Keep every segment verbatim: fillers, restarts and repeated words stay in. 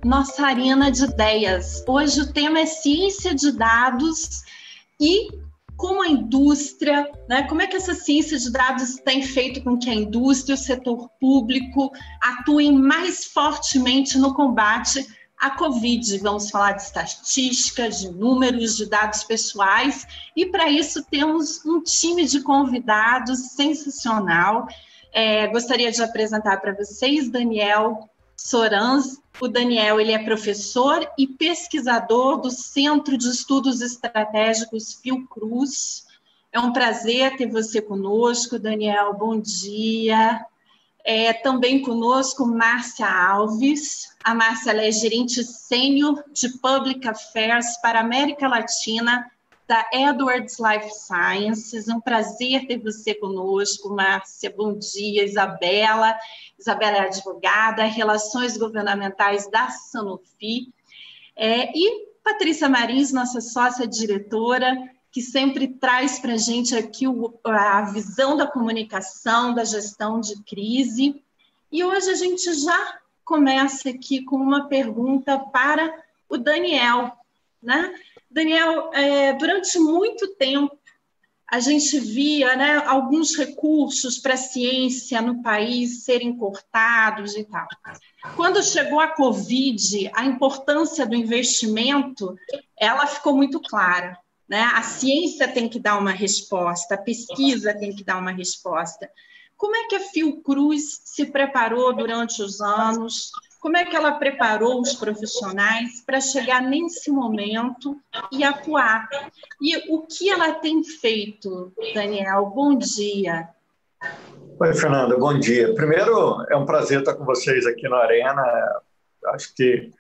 nossa arena de ideias. Hoje o tema é ciência de dados e como a indústria, né, como é que essa ciência de dados tem feito com que a indústria e o setor público atuem mais fortemente no combate à Covid. Vamos falar de estatística, de números, de dados pessoais, e para isso temos um time de convidados sensacional. É, gostaria de apresentar para vocês Daniel Sorans. O Daniel, ele é professor e pesquisador do Centro de Estudos Estratégicos Fiocruz. É um prazer ter você conosco, Daniel, bom dia. É, também conosco Márcia Alves. A Márcia ela é gerente sênior de Public Affairs para a América Latina da Edwards Life Sciences. É um prazer ter você conosco, Márcia. Bom dia, Isabela. Isabela é advogada, Relações Governamentais da Sanofi. É, e Patrícia Marins, nossa sócia-diretora, que sempre traz para a gente aqui o, a visão da comunicação, da gestão de crise. E hoje a gente já começa aqui com uma pergunta para o Daniel, né? Daniel, é, durante muito tempo, a gente via, né, alguns recursos para a ciência no país serem cortados e tal. Quando chegou a Covid, a importância do investimento, ela ficou muito clara, né? A ciência tem que dar uma resposta, a pesquisa tem que dar uma resposta. Como é que a Fiocruz se preparou durante os anos? Como é que ela preparou os profissionais para chegar nesse momento e atuar? E o que ela tem feito, Daniel? Bom dia. Oi, Fernanda, bom dia. Primeiro, é um prazer estar com vocês aqui na Arena. Acho que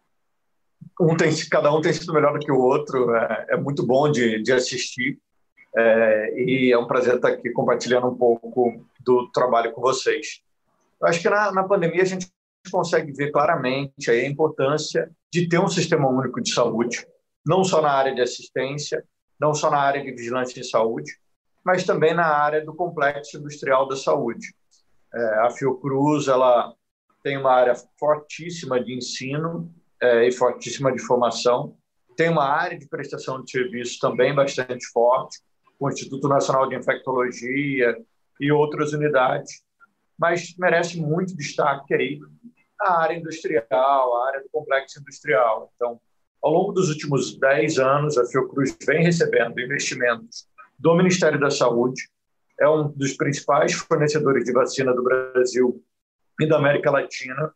um tem, cada um tem sido melhor do que o outro. É, é muito bom de, de assistir. É, e é um prazer estar aqui compartilhando um pouco do trabalho com vocês. Acho que na, na pandemia a gente consegue ver claramente aí a importância de ter um sistema único de saúde, não só na área de assistência, não só na área de vigilância em saúde, mas também na área do complexo industrial da saúde. É, a Fiocruz ela tem uma área fortíssima de ensino é, e fortíssima de formação, tem uma área de prestação de serviços também bastante forte, com o Instituto Nacional de Infectologia e outras unidades, mas merece muito destaque aí a área industrial, a área do complexo industrial. Então, ao longo dos últimos dez anos, a Fiocruz vem recebendo investimentos do Ministério da Saúde, é um dos principais fornecedores de vacina do Brasil e da América Latina,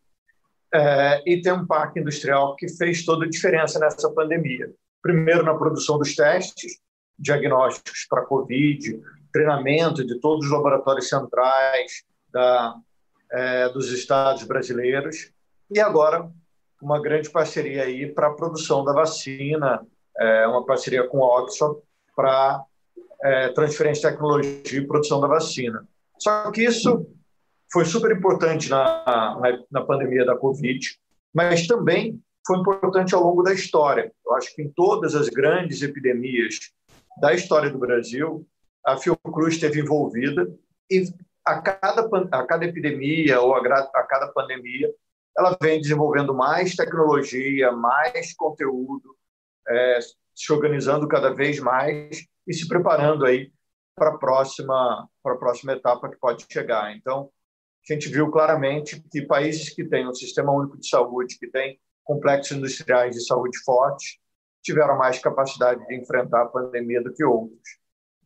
é, e tem um parque industrial que fez toda a diferença nessa pandemia. Primeiro, na produção dos testes, diagnósticos para Covid, treinamento de todos os laboratórios centrais da É, dos estados brasileiros, e agora uma grande parceria aí para a produção da vacina, é, uma parceria com a Oxford para é, transferência de tecnologia e produção da vacina. Só que isso foi super importante na, na, na pandemia da Covid, mas também foi importante ao longo da história. Eu acho que em todas as grandes epidemias da história do Brasil, a Fiocruz esteve envolvida e A cada, a cada epidemia ou a, a cada pandemia, ela vem desenvolvendo mais tecnologia, mais conteúdo, é, se organizando cada vez mais e se preparando aí para a próxima, para a próxima etapa que pode chegar. Então, a gente viu claramente que países que têm um sistema único de saúde, que têm complexos industriais de saúde fortes, tiveram mais capacidade de enfrentar a pandemia do que outros.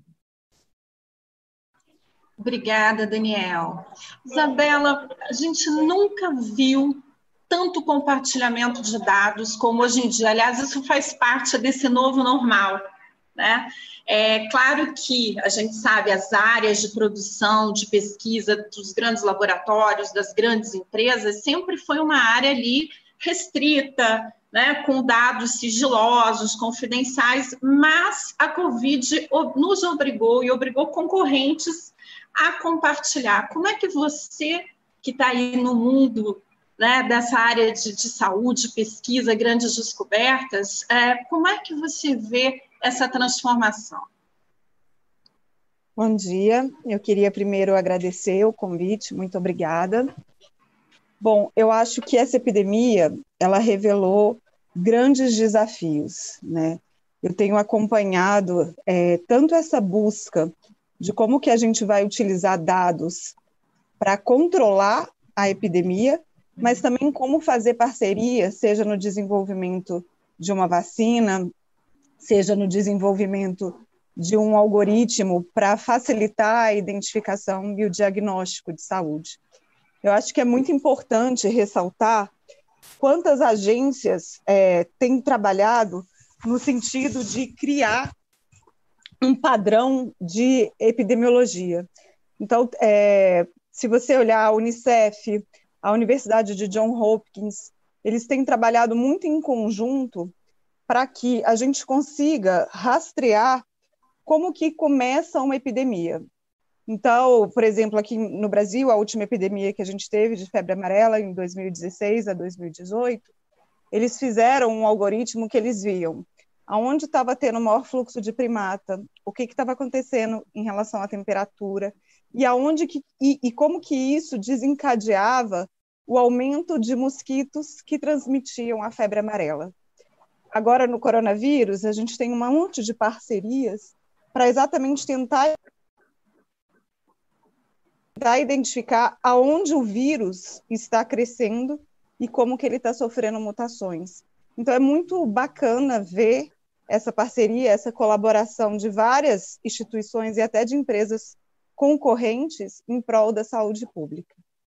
Obrigada, Daniel. Isabela, a gente nunca viu tanto compartilhamento de dados como hoje em dia. Aliás, isso faz parte desse novo normal, né? É claro que a gente sabe as áreas de produção, de pesquisa dos grandes laboratórios, das grandes empresas, sempre foi uma área ali restrita, né, com dados sigilosos, confidenciais, mas a Covid nos obrigou e obrigou concorrentes a compartilhar. Como é que você, que está aí no mundo, né, dessa área de, de saúde, pesquisa, grandes descobertas, é, como é que você vê essa transformação? Bom dia, eu queria primeiro agradecer o convite, muito obrigada. Bom, eu acho que essa epidemia, ela revelou grandes desafios, né? Eu tenho acompanhado é, tanto essa busca de como que a gente vai utilizar dados para controlar a epidemia, mas também como fazer parceria, seja no desenvolvimento de uma vacina, seja no desenvolvimento de um algoritmo para facilitar a identificação e o diagnóstico de saúde. Eu acho que é muito importante ressaltar quantas agências é, têm trabalhado no sentido de criar um padrão de epidemiologia. Então, é, se você olhar a Unicef, a Universidade de Johns Hopkins, eles têm trabalhado muito em conjunto para que a gente consiga rastrear como que começa uma epidemia. Então, por exemplo, aqui no Brasil, a última epidemia que a gente teve de febre amarela em dois mil e dezesseis a dois mil e dezoito, eles fizeram um algoritmo que eles viam aonde estava tendo o maior fluxo de primata, o que estava acontecendo em relação à temperatura, e, aonde que, e, e como que isso desencadeava o aumento de mosquitos que transmitiam a febre amarela. Agora, no coronavírus, a gente tem um monte de parcerias para exatamente tentar, tentar identificar aonde o vírus está crescendo e como que ele está sofrendo mutações. Então, é muito bacana ver essa parceria, essa colaboração de várias instituições e até de empresas concorrentes em prol da saúde pública.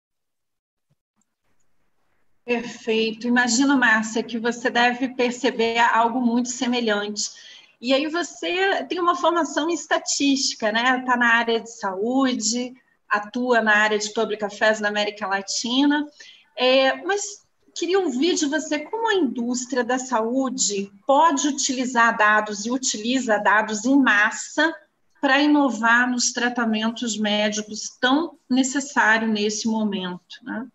Perfeito. Imagino, Márcia, que você deve perceber algo muito semelhante. E aí você tem uma formação em estatística, né? Está na área de saúde, atua na área de Public Affairs na América Latina, é, mas queria ouvir de você como a indústria da saúde pode utilizar dados e utiliza dados em massa para inovar nos tratamentos médicos tão necessários nesse momento, né?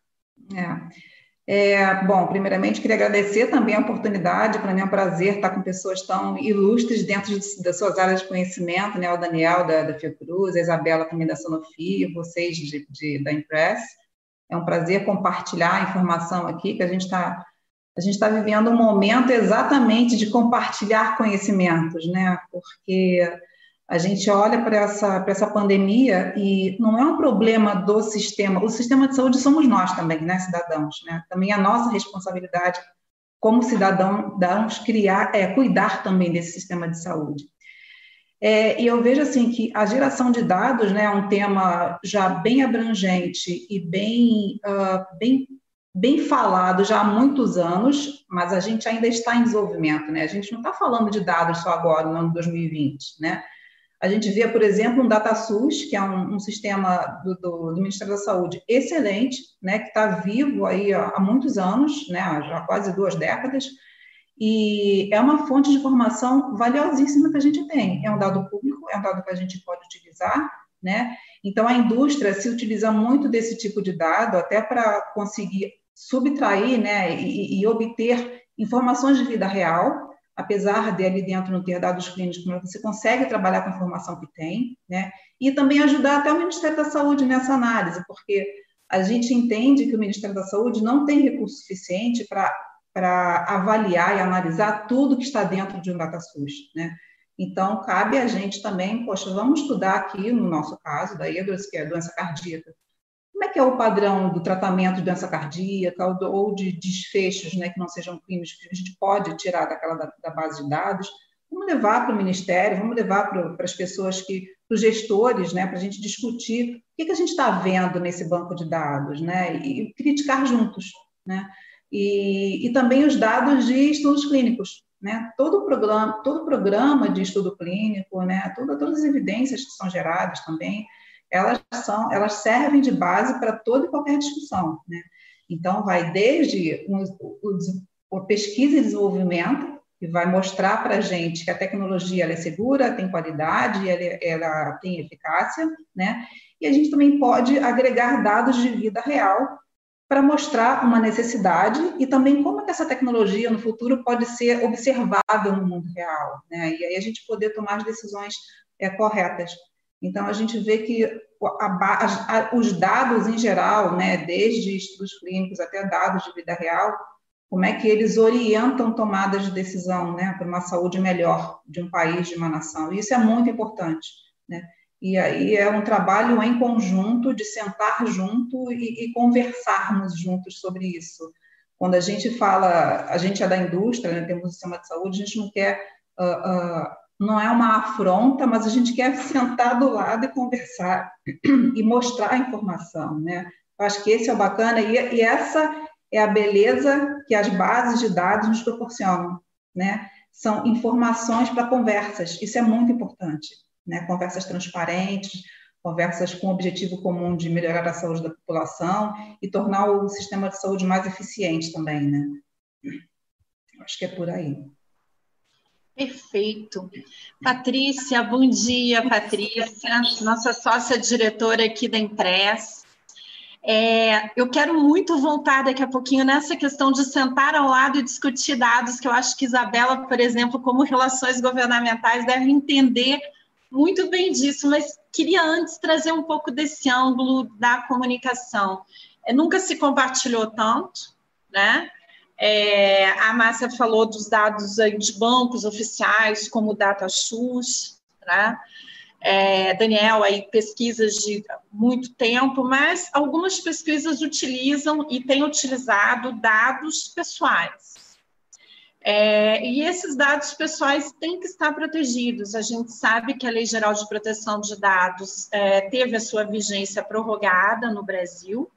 É. É, bom, primeiramente, queria agradecer também a oportunidade. Para mim é um prazer estar com pessoas tão ilustres dentro de, das suas áreas de conhecimento, né? O Daniel, da, da Fiocruz, a Isabela também da Sanofi, vocês de, de, da Impress. É um prazer compartilhar a informação aqui, que a gente está a gente está vivendo um momento exatamente de compartilhar conhecimentos, né? Porque a gente olha para essa, para essa pandemia e não é um problema do sistema. O sistema de saúde somos nós também, né, cidadãos, né? Também é a nossa responsabilidade como cidadãos criar, é, cuidar também desse sistema de saúde. É, e eu vejo assim que a geração de dados, né, é um tema já bem abrangente e bem, uh, bem, bem falado já há muitos anos, mas a gente ainda está em desenvolvimento, né? A gente não está falando de dados só agora, no ano de dois mil e vinte, né? A gente vê, por exemplo, um DataSUS, que é um, um sistema do, do, do Ministério da Saúde excelente, né, que está vivo aí há, há muitos anos, né, já há quase duas décadas, e é uma fonte de informação valiosíssima que a gente tem. É um dado público, é um dado que a gente pode utilizar, né? Então, a indústria se utiliza muito desse tipo de dado até para conseguir subtrair, né, e, e obter informações de vida real, apesar de ali dentro não ter dados clínicos, mas você consegue trabalhar com a informação que tem, né? E também ajudar até o Ministério da Saúde nessa análise, porque a gente entende que o Ministério da Saúde não tem recurso suficiente para para avaliar e analisar tudo que está dentro de um DataSUS, né? Então, cabe a gente também, poxa, vamos estudar aqui, no nosso caso, da E D R S, que é a doença cardíaca, como é que é o padrão do tratamento de doença cardíaca ou, do, ou de desfechos, né, que não sejam clínicos, que a gente pode tirar daquela da, da base de dados, vamos levar para o Ministério, vamos levar para, para as pessoas, que, para os gestores, né, para a gente discutir o que, que a gente está vendo nesse banco de dados, né, e, e criticar juntos, né, e, e também os dados de estudos clínicos, né, todo o programa, todo programa de estudo clínico, né, toda, todas as evidências que são geradas também, elas, são, elas servem de base para toda e qualquer discussão, né? Então, vai desde a pesquisa e desenvolvimento, que vai mostrar para a gente que a tecnologia ela é segura, tem qualidade, ela, ela tem eficácia, né? E a gente também pode agregar dados de vida real para mostrar uma necessidade e também como que essa tecnologia no futuro pode ser observável no mundo real, né? E aí a gente poder tomar as decisões é, corretas. Então, a gente vê que a, a, os dados em geral, né, desde estudos clínicos até dados de vida real, como é que eles orientam tomadas de decisão, né, para uma saúde melhor de um país, de uma nação. E isso é muito importante, né? E aí é um trabalho em conjunto, de sentar junto e, e conversarmos juntos sobre isso. Quando a gente fala, a gente é da indústria, né, temos um sistema de saúde, a gente não quer, uh, uh, não é uma afronta, mas a gente quer sentar do lado e conversar e mostrar a informação, né? Eu acho que esse é o bacana e, e essa é a beleza que as bases de dados nos proporcionam, né? São informações para conversas, isso é muito importante, né? Conversas transparentes, conversas com o objetivo comum de melhorar a saúde da população e tornar o sistema de saúde mais eficiente também, né? Acho que é por aí. Perfeito. Patrícia, bom dia, Patrícia, nossa sócia diretora aqui da Impress. É, eu quero muito voltar daqui a pouquinho nessa questão de sentar ao lado e discutir dados, que eu acho que Isabela, por exemplo, como relações governamentais, deve entender muito bem disso, mas queria antes trazer um pouco desse ângulo da comunicação. É, nunca se compartilhou tanto, né? É, a Márcia falou dos dados aí de bancos oficiais, como o DataSUS, né? É, Daniel, aí pesquisas de muito tempo, mas algumas pesquisas utilizam e têm utilizado dados pessoais. É, e esses dados pessoais têm que estar protegidos. A gente sabe que a Lei Geral de Proteção de Dados é, teve a sua vigência prorrogada no Brasil,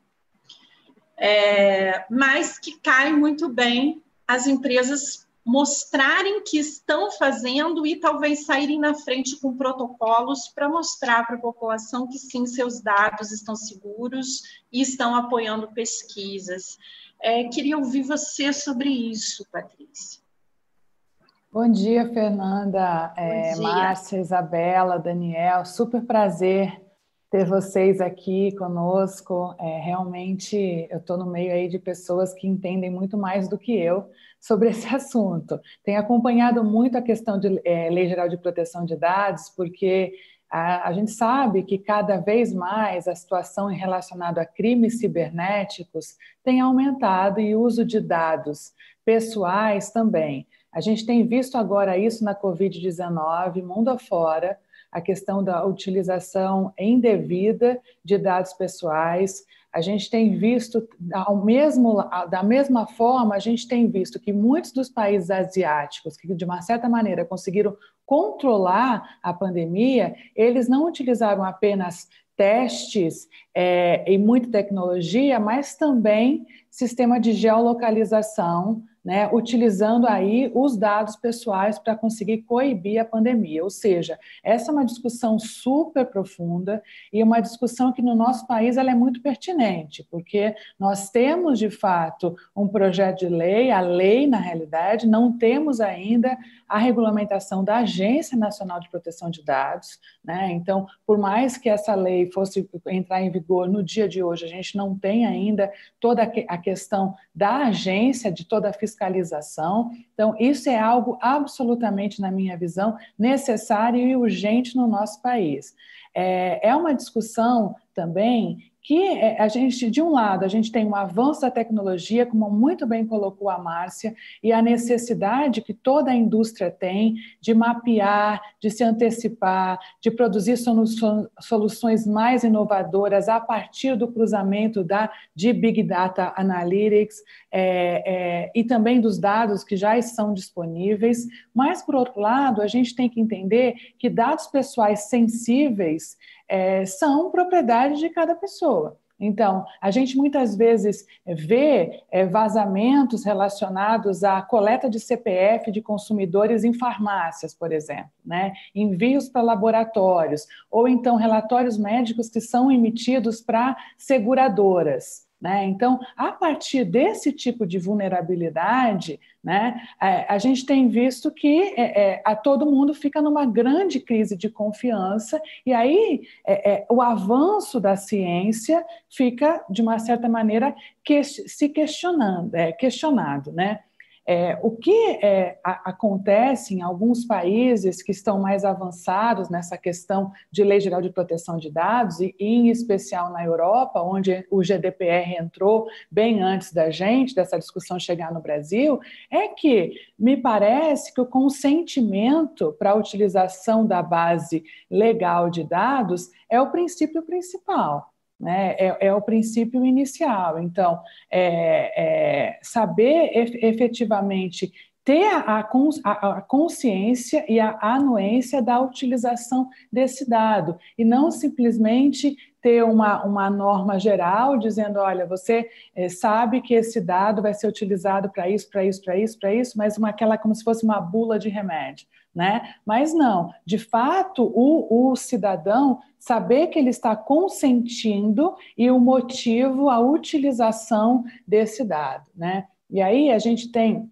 é, mas que cai muito bem as empresas mostrarem que estão fazendo e talvez saírem na frente com protocolos para mostrar para a população que sim, seus dados estão seguros e estão apoiando pesquisas. É, queria ouvir você sobre isso, Patrícia. Bom dia, Fernanda, é, dia. Márcia, Isabela, Daniel, super prazer ter vocês aqui conosco. É, realmente, eu estou no meio aí de pessoas que entendem muito mais do que eu sobre esse assunto. Tenho acompanhado muito a questão de é, Lei Geral de Proteção de Dados, porque a, a gente sabe que cada vez mais a situação relacionada a crimes cibernéticos tem aumentado e o uso de dados pessoais também. A gente tem visto agora isso na covid dezenove, mundo afora, a questão da utilização indevida de dados pessoais. A gente tem visto, ao mesmo, da mesma forma, a gente tem visto que muitos dos países asiáticos, que de uma certa maneira conseguiram controlar a pandemia, eles não utilizaram apenas testes é, e muita tecnologia, mas também sistema de geolocalização, né, utilizando aí os dados pessoais para conseguir coibir a pandemia. Ou seja, essa é uma discussão super profunda e uma discussão que no nosso país ela é muito pertinente, porque nós temos, de fato, um projeto de lei, a lei, na realidade, não temos ainda a regulamentação da Agência Nacional de Proteção de Dados, né? Então, por mais que essa lei fosse entrar em vigor no dia de hoje, a gente não tem ainda toda a questão da agência, de toda a fiscalização. Então, isso é algo absolutamente, na minha visão, necessário e urgente no nosso país. É, é uma discussão também que a gente, de um lado, a gente tem um avanço da tecnologia, como muito bem colocou a Márcia, e a necessidade que toda a indústria tem de mapear, de se antecipar, de produzir soluções mais inovadoras a partir do cruzamento da, de Big Data Analytics é, é, e também dos dados que já estão disponíveis. Mas, por outro lado, a gente tem que entender que dados pessoais sensíveis É, são propriedade de cada pessoa. Então, a gente muitas vezes vê é, vazamentos relacionados à coleta de C P F de consumidores em farmácias, por exemplo, né? Envios para laboratórios, ou então relatórios médicos que são emitidos para seguradoras. Né? Então, a partir desse tipo de vulnerabilidade, né, a, a gente tem visto que é, é, a todo mundo fica numa grande crise de confiança e aí é, é, o avanço da ciência fica, de uma certa maneira, que, se questionando, é, questionado. Né? É, o que é, a, acontece em alguns países que estão mais avançados nessa questão de Lei Geral de Proteção de Dados, e em especial na Europa, onde o G D P R entrou bem antes da gente, dessa discussão chegar no Brasil, é que me parece que o consentimento para a utilização da base legal de dados é o princípio principal. Né, é, é o princípio inicial. Então, é, é saber efetivamente ter a, a, a consciência e a anuência da utilização desse dado, e não simplesmente ter uma, uma norma geral dizendo, olha, você é, sabe que esse dado vai ser utilizado para isso, para isso, para isso, para isso, mas uma, aquela como se fosse uma bula de remédio. Né? Mas não, de fato, o, o cidadão saber que ele está consentindo e o motivo, a utilização desse dado. Né? E aí a gente tem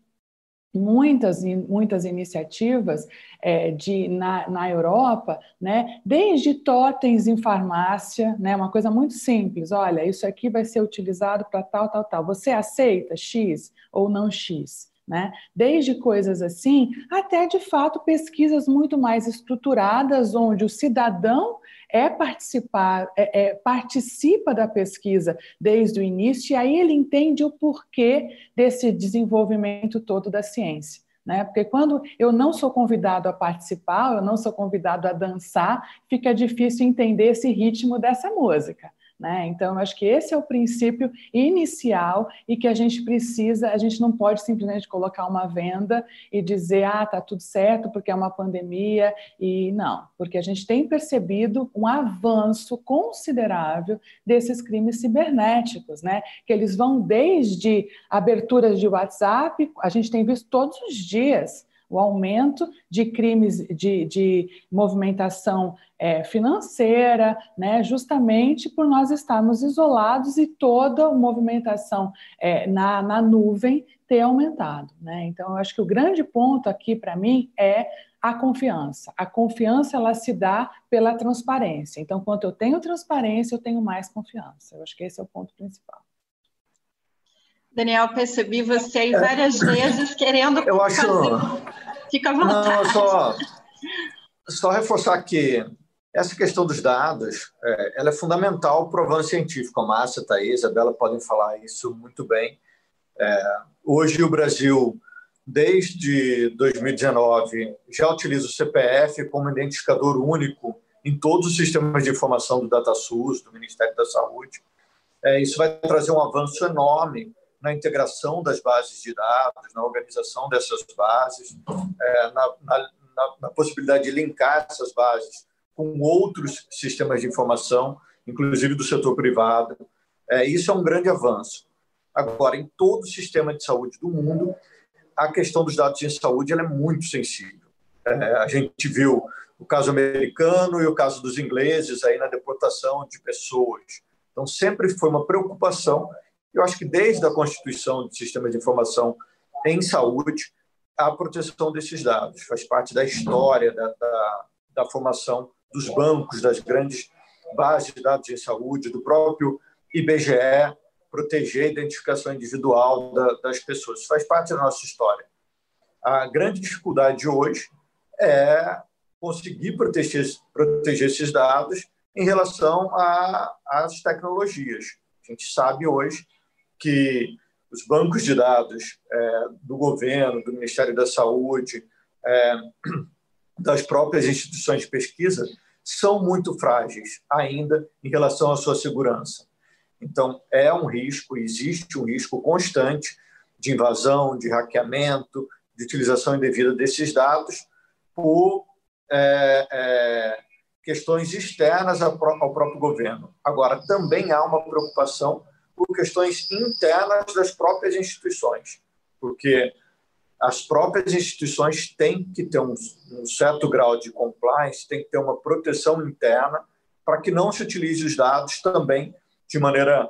muitas, muitas iniciativas é, de, na, na Europa, né? Desde totens em farmácia, né? Uma coisa muito simples, olha, isso aqui vai ser utilizado para tal, tal, tal. Você aceita X ou não X? Né? Desde coisas assim, até de fato pesquisas muito mais estruturadas, onde o cidadão é participar, é, é, participa da pesquisa desde o início, e aí ele entende o porquê desse desenvolvimento todo da ciência. Né? Porque quando eu não sou convidado a participar, eu não sou convidado a dançar, fica difícil entender esse ritmo dessa música. Né? Então, eu acho que esse é o princípio inicial e que a gente precisa, a gente não pode simplesmente colocar uma venda e dizer, ah, tá tudo certo porque é uma pandemia, e não, porque a gente tem percebido um avanço considerável desses crimes cibernéticos, né? Que eles vão desde aberturas de WhatsApp, a gente tem visto todos os dias o aumento de crimes de, de movimentação é, financeira, né, justamente por nós estarmos isolados e toda a movimentação é, na, na nuvem ter aumentado. Né? Então, eu acho que o grande ponto aqui, para mim, é a confiança. A confiança, ela se dá pela transparência. Então, quanto eu tenho transparência, eu tenho mais confiança. Eu acho que esse é o ponto principal. Daniel, percebi você aí várias vezes querendo... Eu acho... Fica à vontade. Não, só, só reforçar que essa questão dos dados é, ela é fundamental para o avanço científico. A Márcia, a Thaís, a Isabela podem falar isso muito bem. É, hoje o Brasil, desde dois mil e dezenove, já utiliza o C P F como identificador único em todos os sistemas de informação do DataSUS, do Ministério da Saúde. É, isso vai trazer um avanço enorme na integração das bases de dados, na organização dessas bases, é, na, na, na, na possibilidade de linkar essas bases com outros sistemas de informação, inclusive do setor privado. É, isso é um grande avanço. Agora, em todo o sistema de saúde do mundo, a questão dos dados em saúde ela é muito sensível. É, a gente viu o caso americano e o caso dos ingleses aí na deportação de pessoas. Então, sempre foi uma preocupação. Eu acho que desde a constituição do sistema de informação em saúde, a proteção desses dados faz parte da história da, da, da formação dos bancos, das grandes bases de dados em saúde, do próprio I B G E, proteger a identificação individual da, das pessoas. Isso faz parte da nossa história. A grande dificuldade hoje é conseguir proteger, proteger esses dados em relação às tecnologias. A gente sabe hoje que os bancos de dados é, do governo, do Ministério da Saúde, é, das próprias instituições de pesquisa, são muito frágeis ainda em relação à sua segurança. Então, é um risco, existe um risco constante de invasão, de hackeamento, de utilização indevida desses dados por é, é, questões externas ao próprio governo. Agora, também há uma preocupação por questões internas das próprias instituições, porque as próprias instituições têm que ter um, um certo grau de compliance, tem que ter uma proteção interna para que não se utilize os dados também de maneira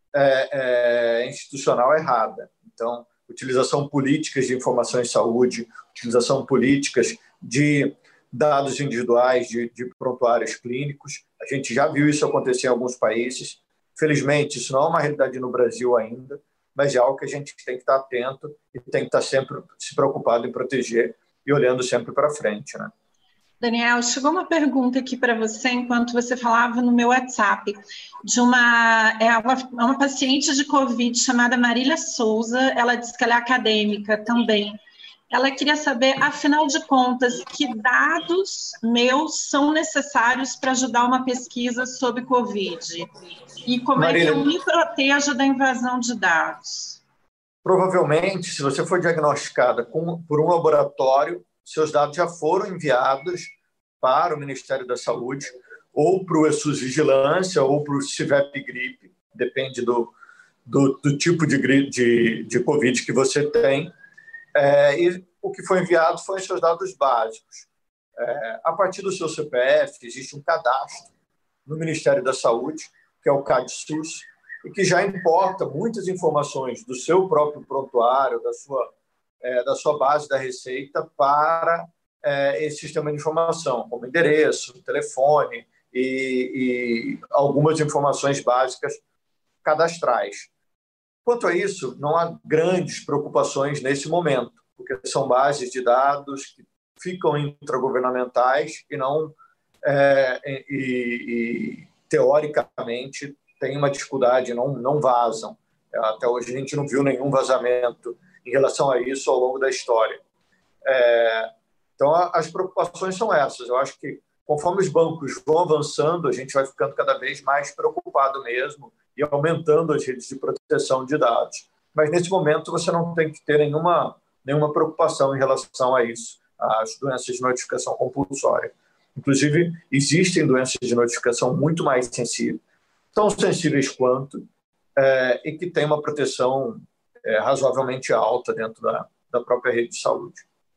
é, é, institucional errada. Então, utilização políticas de informação em saúde, utilização políticas de dados individuais de, de prontuários clínicos. A gente já viu isso acontecer em alguns países. Felizmente, isso não é uma realidade no Brasil ainda, mas é algo que a gente tem que estar atento e tem que estar sempre se preocupado em proteger e olhando sempre para frente, né? Daniel, chegou uma pergunta aqui para você enquanto você falava no meu WhatsApp, de uma, é uma, uma paciente de Covid chamada Marília Souza. Ela disse que ela é acadêmica também. Ela queria saber, afinal de contas, que dados meus são necessários para ajudar uma pesquisa sobre Covid? E como Marília, é que eu me protejo da invasão de dados? Provavelmente, se você for diagnosticada com, por um laboratório, seus dados já foram enviados para o Ministério da Saúde, ou para o ESUS Vigilância, ou para o CIVEP Gripe, depende do, do, do tipo de, de, de Covid que você tem. É, e o que foi enviado foram os seus dados básicos. É, a partir do seu C P F, existe um cadastro no Ministério da Saúde, que é o CadSUS, e que já importa muitas informações do seu próprio prontuário, da sua, é, da sua base da Receita para é, esse sistema de informação, como endereço, telefone e, e algumas informações básicas cadastrais. Quanto a isso, não há grandes preocupações nesse momento, porque são bases de dados que ficam intragovernamentais e não é, e, e, teoricamente têm uma dificuldade, não, não vazam. Até hoje a gente não viu nenhum vazamento em relação a isso ao longo da história. É, então, as preocupações são essas. Eu acho que conforme os bancos vão avançando, a gente vai ficando cada vez mais preocupado mesmo e aumentando as redes de proteção de dados. Mas, nesse momento, você não tem que ter nenhuma, nenhuma preocupação em relação a isso, às doenças de notificação compulsória. Inclusive, existem doenças de notificação muito mais sensíveis, tão sensíveis quanto, é, e que têm uma proteção é, razoavelmente alta dentro da, da própria rede de saúde.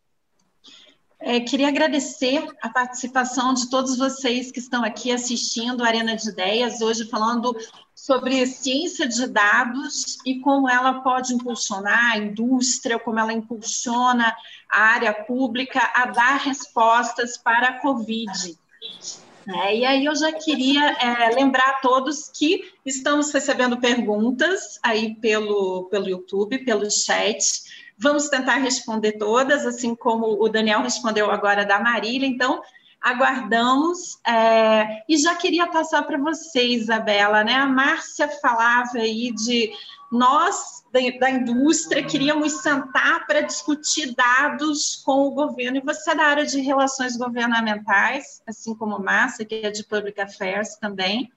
É, queria agradecer a participação de todos vocês que estão aqui assistindo a Arena de Ideias, hoje falando sobre ciência de dados e como ela pode impulsionar a indústria, como ela impulsiona a área pública a dar respostas para a Covid. É, e aí eu já queria é, lembrar a todos que estamos recebendo perguntas aí pelo, pelo YouTube, pelo chat. Vamos tentar responder todas, assim como o Daniel respondeu agora da Marília. Então, aguardamos. É, e já queria passar para você, Isabela, né? A Márcia falava aí de nós, da, da indústria, queríamos sentar para discutir dados com o governo. E você é da área de relações governamentais, assim como a Márcia, que é de Public Affairs também.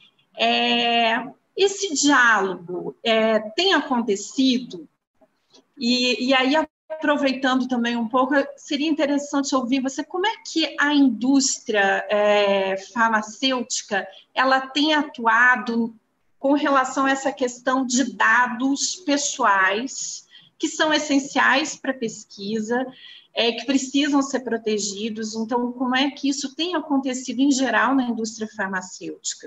É, esse diálogo é, tem acontecido? E, e aí, aproveitando também um pouco, seria interessante ouvir você, como é que a indústria é, farmacêutica ela tem atuado com relação a essa questão de dados pessoais, que são essenciais para a pesquisa, é, que precisam ser protegidos. Então, como é que isso tem acontecido em geral na indústria farmacêutica?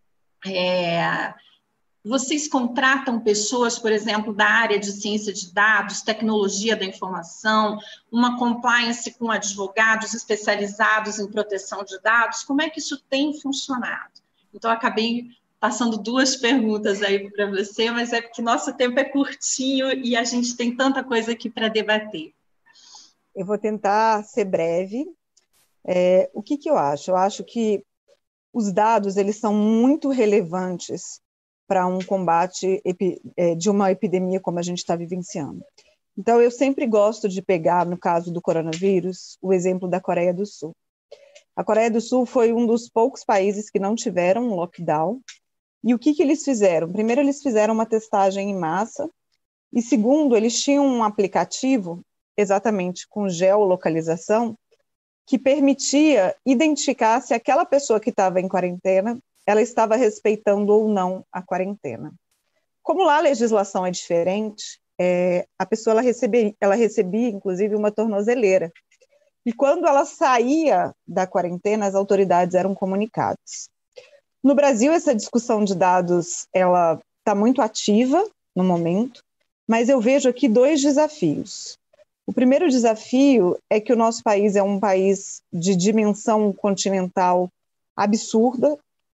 É... Vocês contratam pessoas, por exemplo, da área de ciência de dados, tecnologia da informação, uma compliance com advogados especializados em proteção de dados? Como é que isso tem funcionado? Então, acabei passando duas perguntas aí para você, mas é porque nosso tempo é curtinho e a gente tem tanta coisa aqui para debater. Eu vou tentar ser breve. É, o que, que eu acho? Eu acho que os dados eles são muito relevantes para um combate de uma epidemia como a gente está vivenciando. Então, eu sempre gosto de pegar, no caso do coronavírus, o exemplo da Coreia do Sul. A Coreia do Sul foi um dos poucos países que não tiveram um lockdown. E o que, que eles fizeram? Primeiro, eles fizeram uma testagem em massa. E segundo, eles tinham um aplicativo, exatamente com geolocalização, que permitia identificar se aquela pessoa que estava em quarentena ela estava respeitando ou não a quarentena. Como lá a legislação é diferente, é, a pessoa ela recebia, ela recebia, inclusive, uma tornozeleira. E quando ela saía da quarentena, as autoridades eram comunicadas. No Brasil, essa discussão de dados ela está muito ativa no momento, mas eu vejo aqui dois desafios. O primeiro desafio é que o nosso país é um país de dimensão continental absurda,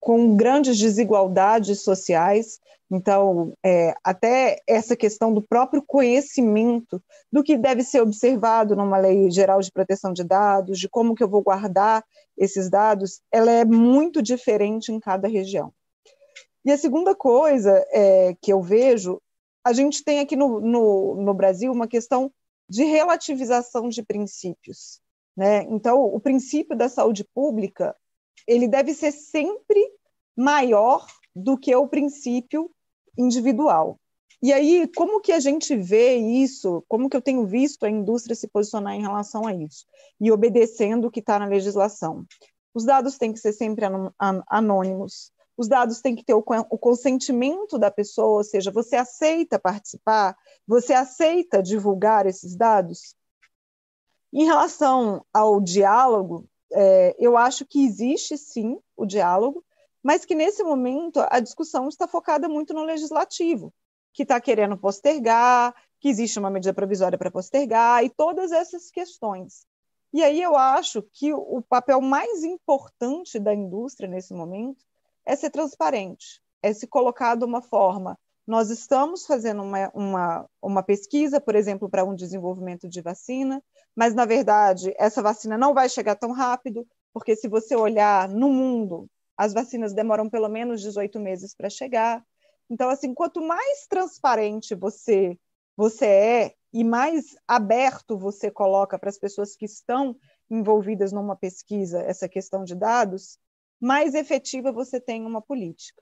com grandes desigualdades sociais. Então, é, até essa questão do próprio conhecimento do que deve ser observado numa lei geral de proteção de dados, de como que eu vou guardar esses dados, ela é muito diferente em cada região. E a segunda coisa é, que eu vejo, a gente tem aqui no, no, no Brasil uma questão de relativização de princípios, né? Então, o princípio da saúde pública, ele deve ser sempre maior do que o princípio individual. E aí, como que a gente vê isso, como que eu tenho visto a indústria se posicionar em relação a isso, e obedecendo o que está na legislação? Os dados têm que ser sempre anônimos, os dados têm que ter o consentimento da pessoa, ou seja, você aceita participar, você aceita divulgar esses dados? Em relação ao diálogo, é, eu acho que existe sim o diálogo, mas que nesse momento a discussão está focada muito no legislativo, que está querendo postergar, que existe uma medida provisória para postergar, e todas essas questões. E aí eu acho que o papel mais importante da indústria nesse momento é ser transparente, é se colocar de uma forma, nós estamos fazendo uma, uma, uma pesquisa, por exemplo, para um desenvolvimento de vacina, mas, na verdade, essa vacina não vai chegar tão rápido, porque se você olhar no mundo, as vacinas demoram pelo menos dezoito meses para chegar. Então, assim, quanto mais transparente você, você é e mais aberto você coloca para as pessoas que estão envolvidas numa pesquisa essa questão de dados, mais efetiva você tem uma política.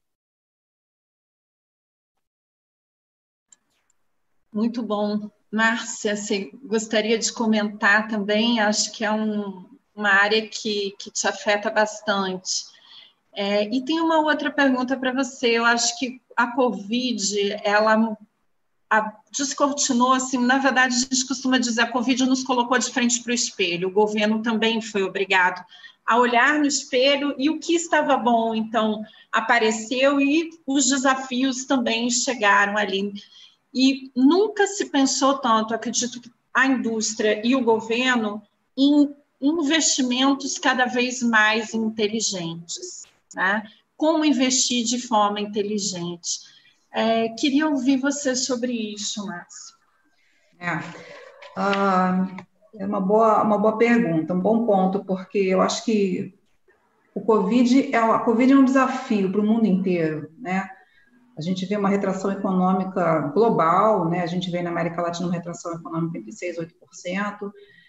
Muito bom. Márcia, você gostaria de comentar também? Acho que é um, uma área que, que te afeta bastante. É, e tem uma outra pergunta para você. Eu acho que a Covid, ela a, descortinou, assim, na verdade, a gente costuma dizer, a Covid nos colocou de frente para o espelho. O governo também foi obrigado a olhar no espelho, e o que estava bom, então, apareceu, e os desafios também chegaram ali. E nunca se pensou tanto, acredito que a indústria e o governo, em investimentos cada vez mais inteligentes, né? Como investir de forma inteligente. É, queria ouvir você sobre isso, Márcia. É, uh, é uma boa, uma boa pergunta, um bom ponto, porque eu acho que o COVID é, a Covid é um desafio para o mundo inteiro, né? A gente vê uma retração econômica global, né? A gente vê na América Latina uma retração econômica entre seis e oito por cento,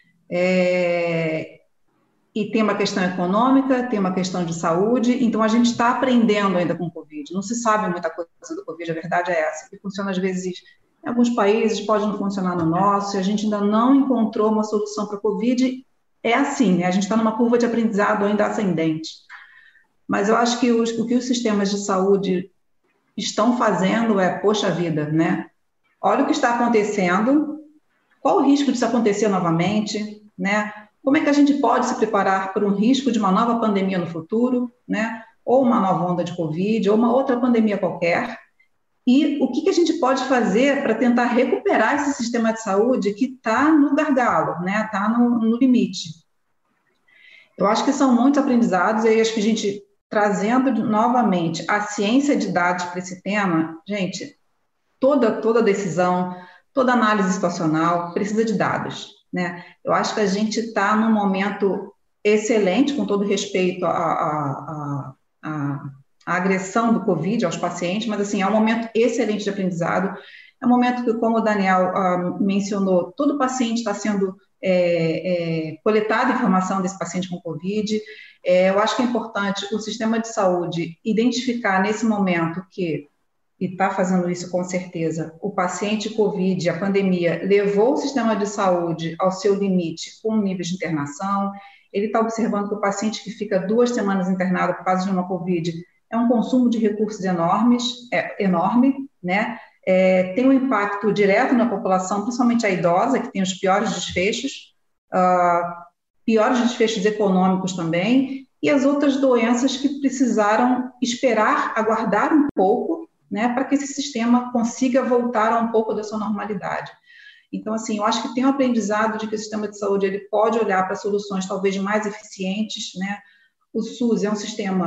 é, e tem uma questão econômica, tem uma questão de saúde, então a gente está aprendendo ainda com o Covid, não se sabe muita coisa do Covid, a verdade é essa, que funciona às vezes em alguns países, pode não funcionar no nosso, e a gente ainda não encontrou uma solução para o Covid, é assim, né? A gente está numa curva de aprendizado ainda ascendente, mas eu acho que os, o que os sistemas de saúde estão fazendo é, poxa vida, né? Olha o que está acontecendo, qual o risco disso acontecer novamente, né? Como é que a gente pode se preparar para um risco de uma nova pandemia no futuro, né? Ou uma nova onda de Covid, ou uma outra pandemia qualquer, e o que, que a gente pode fazer para tentar recuperar esse sistema de saúde que está no gargalo, né? Está no, no limite. Eu acho que são muitos aprendizados, e aí acho que a gente trazendo novamente a ciência de dados para esse tema, gente, toda, toda decisão, toda análise situacional precisa de dados, né? Eu acho que a gente está num momento excelente, com todo respeito à, à, à, à agressão do Covid aos pacientes, mas, assim, é um momento excelente de aprendizado, é um momento que, como o Daniel uh, mencionou, todo paciente está sendo é, é, coletada informação desse paciente com Covid. É, eu acho que é importante o sistema de saúde identificar nesse momento que, e está fazendo isso com certeza, o paciente Covid, a pandemia, levou o sistema de saúde ao seu limite com níveis de internação. Ele está observando que o paciente que fica duas semanas internado por causa de uma Covid é um consumo de recursos enormes, é, enorme, né? É, tem um impacto direto na população, principalmente a idosa, que tem os piores desfechos, uh, piores desfechos econômicos também, e as outras doenças que precisaram esperar, aguardar um pouco, né, para que esse sistema consiga voltar a um pouco da sua normalidade. Então, assim, eu acho que tem um aprendizado de que o sistema de saúde ele pode olhar para soluções talvez mais eficientes, né? O SUS é um sistema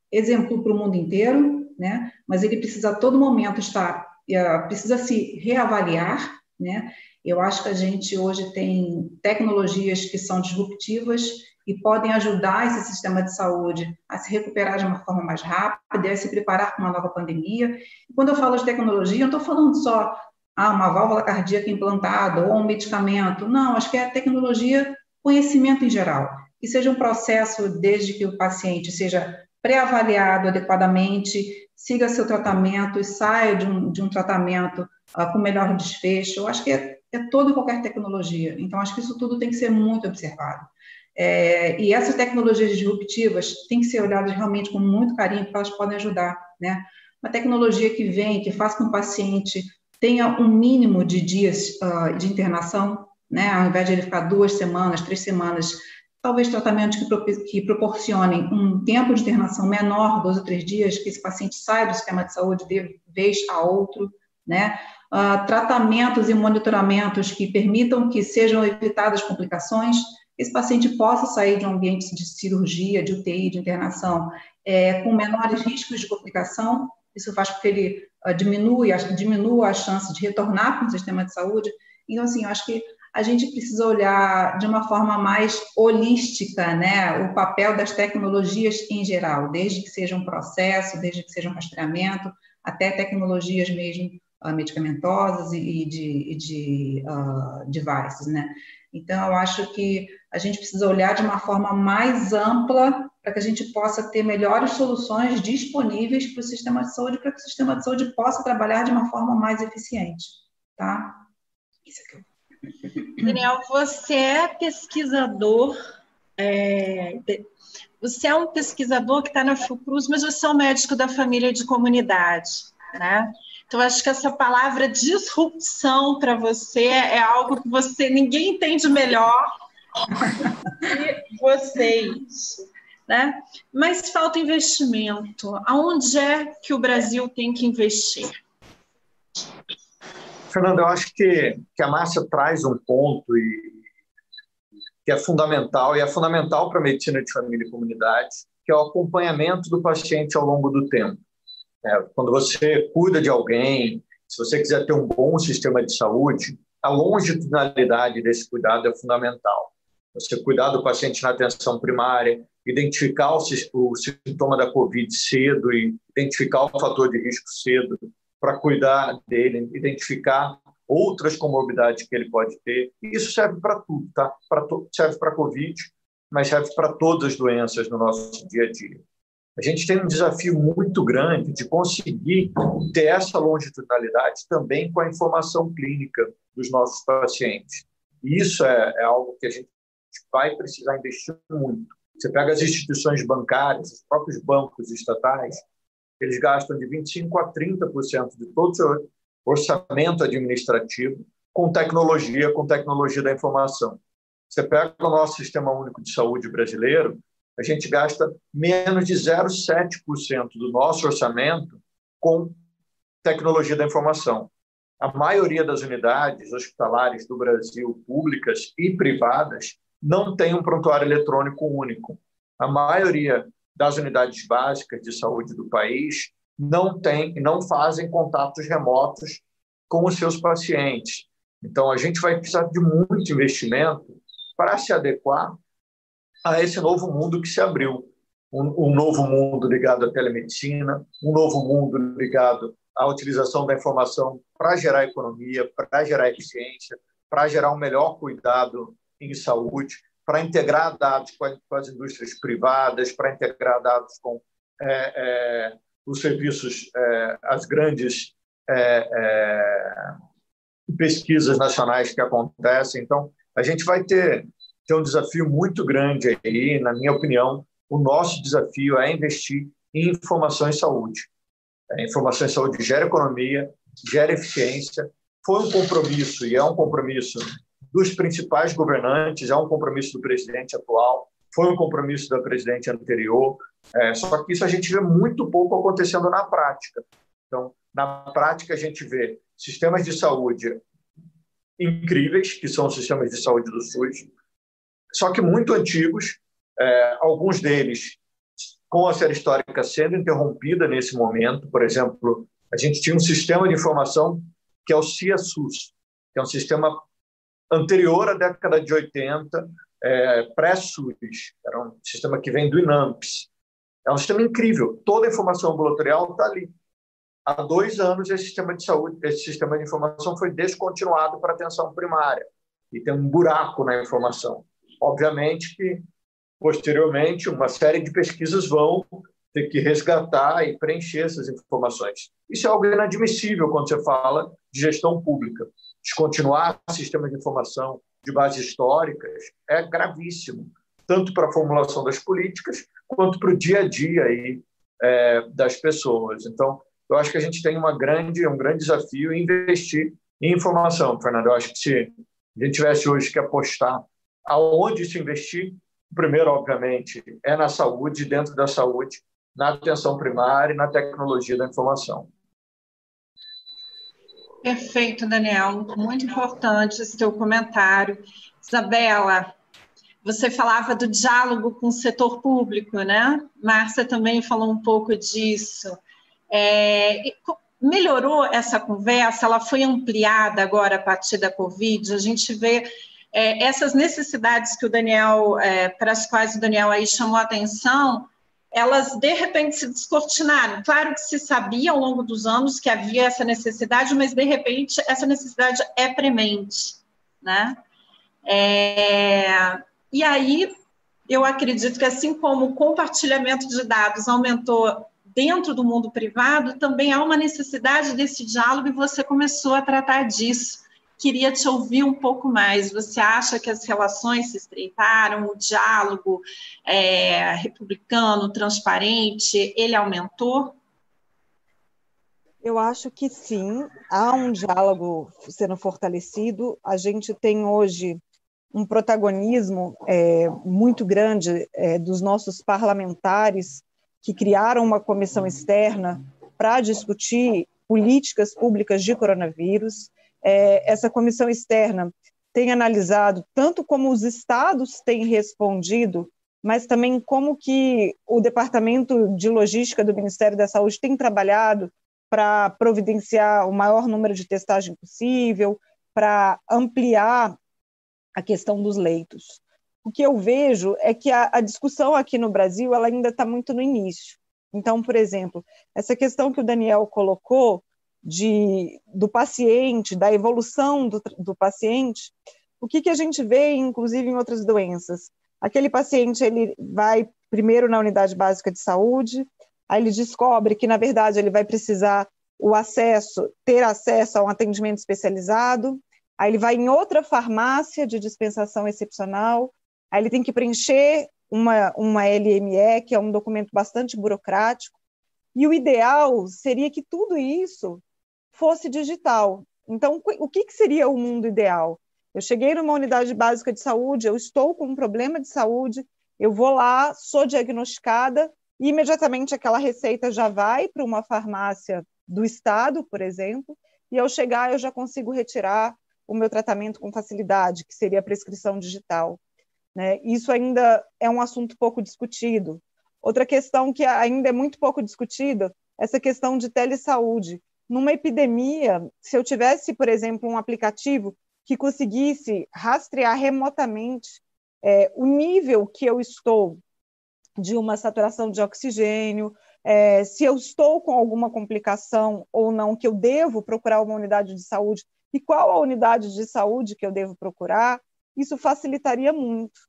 exemplo para o mundo inteiro, né? Mas ele precisa a todo momento estar, precisa se reavaliar, né? Eu acho que a gente hoje tem tecnologias que são disruptivas e podem ajudar esse sistema de saúde a se recuperar de uma forma mais rápida, a se preparar para uma nova pandemia. E quando eu falo de tecnologia, eu não estou falando só ah, uma válvula cardíaca implantada ou um medicamento. Não, acho que é tecnologia, conhecimento em geral. Que seja um processo desde que o paciente seja pré-avaliado adequadamente, siga seu tratamento e saia de um, de um tratamento uh, com melhor desfecho. Eu acho que é, é toda e qualquer tecnologia. Então, acho que isso tudo tem que ser muito observado. É, e essas tecnologias disruptivas têm que ser olhadas realmente com muito carinho, porque elas podem ajudar, né? Uma tecnologia que vem, que faz com que o paciente tenha um mínimo de dias uh, de internação, né? Ao invés de ele ficar duas semanas, três semanas, talvez tratamentos que, pro, que proporcionem um tempo de internação menor, dois ou três dias, que esse paciente saia do sistema de saúde de vez a outro, né? Uh, tratamentos e monitoramentos que permitam que sejam evitadas complicações, esse paciente possa sair de um ambiente de cirurgia, de U T I, de internação, é, com menores riscos de complicação. Isso faz com que ele uh, diminua, diminua a chance de retornar para o sistema de saúde. Então, assim, eu acho que a gente precisa olhar de uma forma mais holística, né, o papel das tecnologias em geral, desde que seja um processo, desde que seja um rastreamento, até tecnologias mesmo uh, medicamentosas e, e de, e de uh, devices, né? Então, eu acho que a gente precisa olhar de uma forma mais ampla para que a gente possa ter melhores soluções disponíveis para o sistema de saúde, para que o sistema de saúde possa trabalhar de uma forma mais eficiente, tá? Isso aqui. Daniel, você é pesquisador, é, você é um pesquisador que está na Fiocruz, mas você é um médico da família de comunidade, né? Então, acho que essa palavra disrupção para você é algo que você, ninguém entende melhor que vocês, né? Mas falta investimento. Aonde é que o Brasil tem que investir? Fernanda, eu acho que, que a Márcia traz um ponto e, que é fundamental, e é fundamental para a medicina de família e comunidade, que é o acompanhamento do paciente ao longo do tempo. É, quando você cuida de alguém, se você quiser ter um bom sistema de saúde, a longitudinalidade desse cuidado é fundamental. Você cuidar do paciente na atenção primária, identificar o, o sintoma da Covid cedo e identificar o fator de risco cedo para cuidar dele, identificar outras comorbidades que ele pode ter. E isso serve para tudo, tá? Pra to- serve para a Covid, mas serve para todas as doenças no nosso dia a dia. A gente tem um desafio muito grande de conseguir ter essa longitudinalidade também com a informação clínica dos nossos pacientes. E isso é, é algo que a gente vai precisar investir muito. Você pega as instituições bancárias, os próprios bancos estatais, eles gastam de vinte e cinco por cento a trinta por cento de todo o seu orçamento administrativo com tecnologia, com tecnologia da informação. Você pega o nosso Sistema Único de Saúde brasileiro, a gente gasta menos de zero vírgula sete por cento do nosso orçamento com tecnologia da informação. A maioria das unidades hospitalares do Brasil, públicas e privadas, não tem um prontuário eletrônico único. A maioria das unidades básicas de saúde do país não tem, não fazem contatos remotos com os seus pacientes. Então, a gente vai precisar de muito investimento para se adequar a esse novo mundo que se abriu. Um, um novo mundo ligado à telemedicina, um novo mundo ligado à utilização da informação para gerar economia, para gerar eficiência, para gerar um melhor cuidado em saúde, para integrar dados com, a, com as indústrias privadas, para integrar dados com é, é, os serviços, é, as grandes é, é, pesquisas nacionais que acontecem. Então, a gente vai ter tem um desafio muito grande aí, na minha opinião. O nosso desafio é investir em informação em saúde. A informação em saúde gera economia, gera eficiência. Foi um compromisso, e é um compromisso dos principais governantes, é um compromisso do presidente atual, foi um compromisso da presidente anterior, é, só que isso a gente vê muito pouco acontecendo na prática. Então, na prática, a gente vê sistemas de saúde incríveis, que são os sistemas de saúde do SUS, só que muito antigos, é, alguns deles com a série histórica sendo interrompida nesse momento. Por exemplo, a gente tinha um sistema de informação que é o CIASUS, que é um sistema anterior à década de oitenta, é, pré-SUS, era um sistema que vem do INAMPS. É um sistema incrível, toda a informação ambulatorial está ali. Há dois anos, esse sistema de saúde, esse sistema de informação foi descontinuado para atenção primária, e tem um buraco na informação. Obviamente que, posteriormente, uma série de pesquisas vão ter que resgatar e preencher essas informações. Isso é algo inadmissível quando você fala de gestão pública. Descontinuar o sistema de informação de bases históricas é gravíssimo, tanto para a formulação das políticas, quanto para o dia a dia aí, é, das pessoas. Então, eu acho que a gente tem uma grande, um grande desafio em investir em informação, Fernando. Eu acho que se a gente tivesse hoje que apostar aonde se investir, o primeiro, obviamente, é na saúde, dentro da saúde, na atenção primária e na tecnologia da informação. Perfeito, Daniel. Muito importante esse teu comentário. Isabela, você falava do diálogo com o setor público, né? Márcia também falou um pouco disso. É, melhorou essa conversa? Ela foi ampliada agora a partir da Covid? A gente vê é, essas necessidades que o Daniel, é, para as quais o Daniel aí chamou a atenção, elas de repente se descortinaram. Claro que se sabia ao longo dos anos que havia essa necessidade, mas de repente essa necessidade é premente, né? É, e aí eu acredito que assim como o compartilhamento de dados aumentou dentro do mundo privado, também há uma necessidade desse diálogo e você começou a tratar disso. Queria te ouvir um pouco mais. Você acha que as relações se estreitaram, o diálogo é, republicano, transparente, ele aumentou? Eu acho que sim, há um diálogo sendo fortalecido. A gente tem hoje um protagonismo é, muito grande é, dos nossos parlamentares que criaram uma comissão externa para discutir políticas públicas de coronavírus. É, essa comissão externa tem analisado tanto como os estados têm respondido, mas também como que o Departamento de Logística do Ministério da Saúde tem trabalhado para providenciar o maior número de testagem possível, para ampliar a questão dos leitos. O que eu vejo é que a, a discussão aqui no Brasil ela ainda está muito no início. Então, por exemplo, essa questão que o Daniel colocou de, do paciente, da evolução do, do paciente, o que, que a gente vê, inclusive, em outras doenças? Aquele paciente ele vai primeiro na unidade básica de saúde, aí ele descobre que, na verdade, ele vai precisar o acesso, ter acesso a um atendimento especializado, aí ele vai em outra farmácia de dispensação excepcional, aí ele tem que preencher uma, uma L M E, que é um documento bastante burocrático, e o ideal seria que tudo isso fosse digital. Então, o que, que seria o mundo ideal? Eu cheguei numa unidade básica de saúde, eu estou com um problema de saúde, eu vou lá, sou diagnosticada, e imediatamente aquela receita já vai para uma farmácia do estado, por exemplo, e ao chegar eu já consigo retirar o meu tratamento com facilidade, que seria a prescrição digital. Né? Isso ainda é um assunto pouco discutido. Outra questão que ainda é muito pouco discutida, essa questão de telesaúde. Numa epidemia, se eu tivesse, por exemplo, um aplicativo que conseguisse rastrear remotamente é, o nível que eu estou de uma saturação de oxigênio, é, se eu estou com alguma complicação ou não, que eu devo procurar uma unidade de saúde, e qual a unidade de saúde que eu devo procurar, isso facilitaria muito.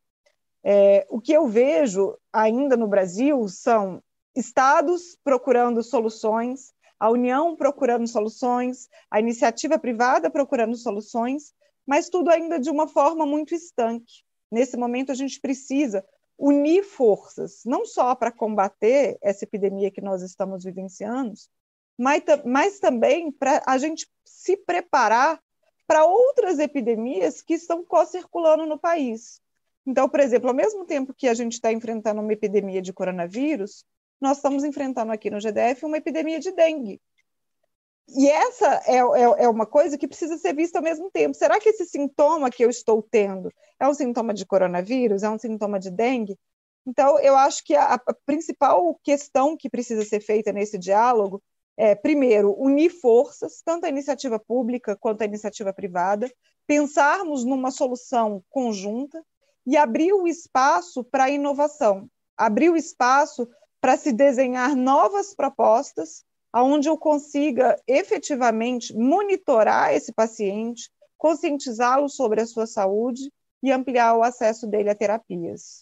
É, o que eu vejo ainda no Brasil são estados procurando soluções, a União procurando soluções, a iniciativa privada procurando soluções, mas tudo ainda de uma forma muito estanque. Nesse momento, a gente precisa unir forças, não só para combater essa epidemia que nós estamos vivenciando, mas, mas também para a gente se preparar para outras epidemias que estão co-circulando no país. Então, por exemplo, ao mesmo tempo que a gente está enfrentando uma epidemia de coronavírus, nós estamos enfrentando aqui no G D F uma epidemia de dengue. E essa é, é, é uma coisa que precisa ser vista ao mesmo tempo. Será que esse sintoma que eu estou tendo é um sintoma de coronavírus? É um sintoma de dengue? Então, eu acho que a, a principal questão que precisa ser feita nesse diálogo é, primeiro, unir forças, tanto a iniciativa pública quanto a iniciativa privada, pensarmos numa solução conjunta e abrir o espaço para a inovação, abrir o espaço para se desenhar novas propostas, onde eu consiga efetivamente monitorar esse paciente, conscientizá-lo sobre a sua saúde e ampliar o acesso dele a terapias.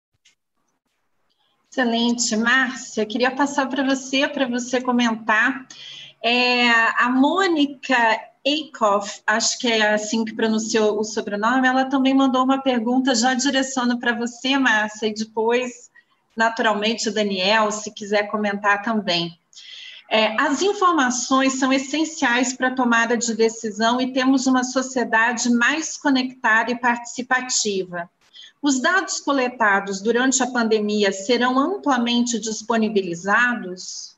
Excelente. Márcia, queria passar para você, para você comentar. É, a Mônica Eikoff, acho que é assim que pronunciou o sobrenome, ela também mandou uma pergunta, já direcionando para você, Márcia, e depois, naturalmente, o Daniel, se quiser comentar também. É, as informações são essenciais para a tomada de decisão e temos uma sociedade mais conectada e participativa. Os dados coletados durante a pandemia serão amplamente disponibilizados?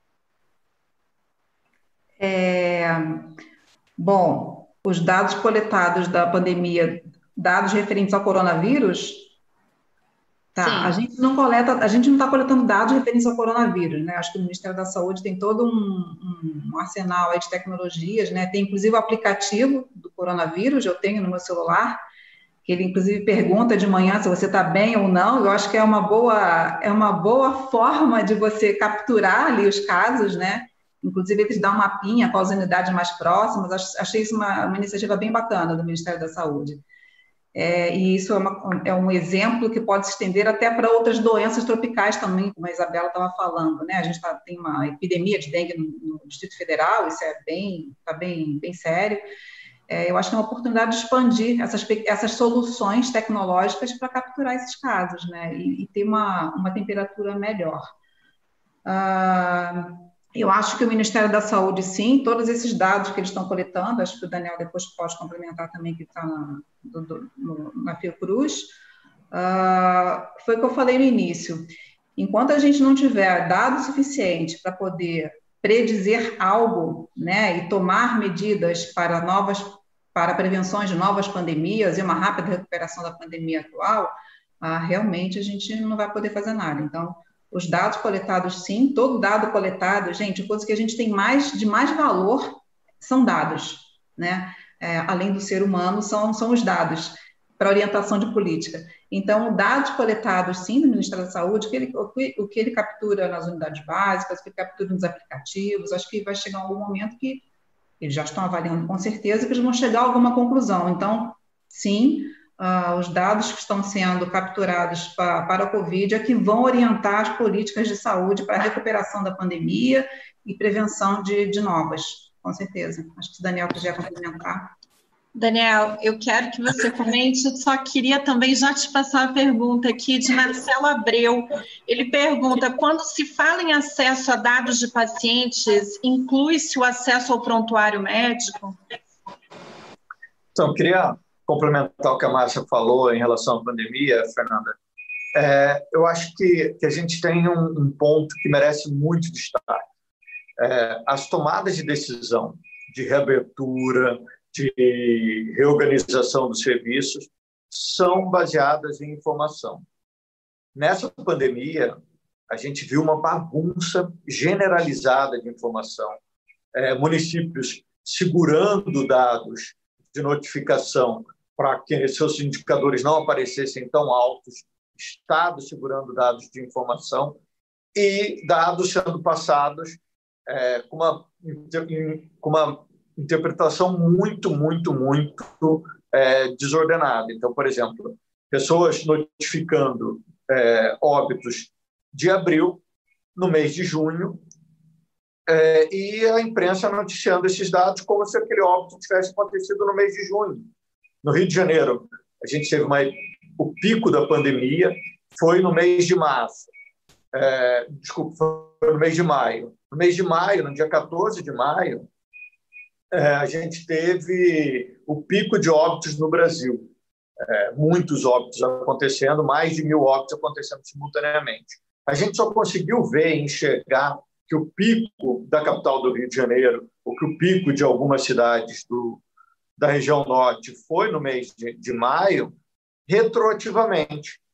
É, bom, os dados coletados da pandemia, dados referentes ao coronavírus, tá? Sim. A gente não coleta, a gente não está coletando dados referentes ao coronavírus, né? Acho que o Ministério da Saúde tem todo um, um arsenal aí de tecnologias, né? Tem inclusive o aplicativo do coronavírus, eu tenho no meu celular, que ele inclusive pergunta de manhã se você está bem ou não. Eu acho que é uma boa, é uma boa forma de você capturar ali os casos, né? Inclusive eles dão um mapinha com as unidades mais próximas. Achei isso uma, uma iniciativa bem bacana do Ministério da Saúde. É, e isso é, uma, é um exemplo que pode se estender até para outras doenças tropicais também, como a Isabela estava falando, né? A gente tá, tem uma epidemia de dengue no, no Distrito Federal, isso é bem, tá bem, bem sério. É, eu acho que é uma oportunidade de expandir essas, essas soluções tecnológicas para capturar esses casos, né, e, e ter uma, uma temperatura melhor. Ah, eu acho que o Ministério da Saúde, sim, todos esses dados que eles estão coletando, acho que o Daniel depois pode complementar também, que está na, do, do, no, na Fiocruz, ah, foi o que eu falei no início. Enquanto a gente não tiver dado suficiente para poder predizer algo, né, e tomar medidas para novas, para prevenções de novas pandemias e uma rápida recuperação da pandemia atual, ah, realmente a gente não vai poder fazer nada. Então, os dados coletados, sim, todo dado coletado, gente, a coisa que a gente tem mais de mais valor são dados, né? É, além do ser humano, são, são os dados para orientação de política. Então, dados coletados, sim, do Ministério da Saúde, o que, ele, o, que, o que ele captura nas unidades básicas, o que ele captura nos aplicativos, acho que vai chegar algum momento que eles já estão avaliando com certeza que eles vão chegar a alguma conclusão. Então, sim, uh, os dados que estão sendo capturados pa, para a Covid é que vão orientar as políticas de saúde para a recuperação da pandemia e prevenção de, de novas, com certeza. Acho que se o Daniel quiser complementar. Daniel, eu quero que você comente, eu só queria também já te passar a pergunta aqui de Marcelo Abreu. Ele pergunta, quando se fala em acesso a dados de pacientes, inclui-se o acesso ao prontuário médico? Então, eu queria complementar o que a Márcia falou em relação à pandemia, Fernanda. É, eu acho que, que a gente tem um, um ponto que merece muito destaque. É, as tomadas de decisão de reabertura, de reorganização dos serviços, são baseadas em informação. Nessa pandemia, a gente viu uma bagunça generalizada de informação. É, municípios segurando dados de notificação para que seus indicadores não aparecessem tão altos, estados segurando dados de informação e dados sendo passados é, com uma, com uma interpretação muito, muito, muito é, desordenada. Então, por exemplo, pessoas notificando é, óbitos de abril no mês de junho é, e a imprensa noticiando esses dados como se aquele óbito tivesse acontecido no mês de junho. No Rio de Janeiro, a gente teve uma, o pico da pandemia foi no mês de março. É, desculpa, foi no mês de maio. No mês de maio, no dia quatorze de maio, É, a gente teve o pico de óbitos no Brasil. É, muitos óbitos acontecendo, mais de mil óbitos acontecendo simultaneamente. A gente só conseguiu ver e enxergar que o pico da capital do Rio de Janeiro, ou que o pico de algumas cidades do, da região norte foi no mês de, de maio, retroativamente.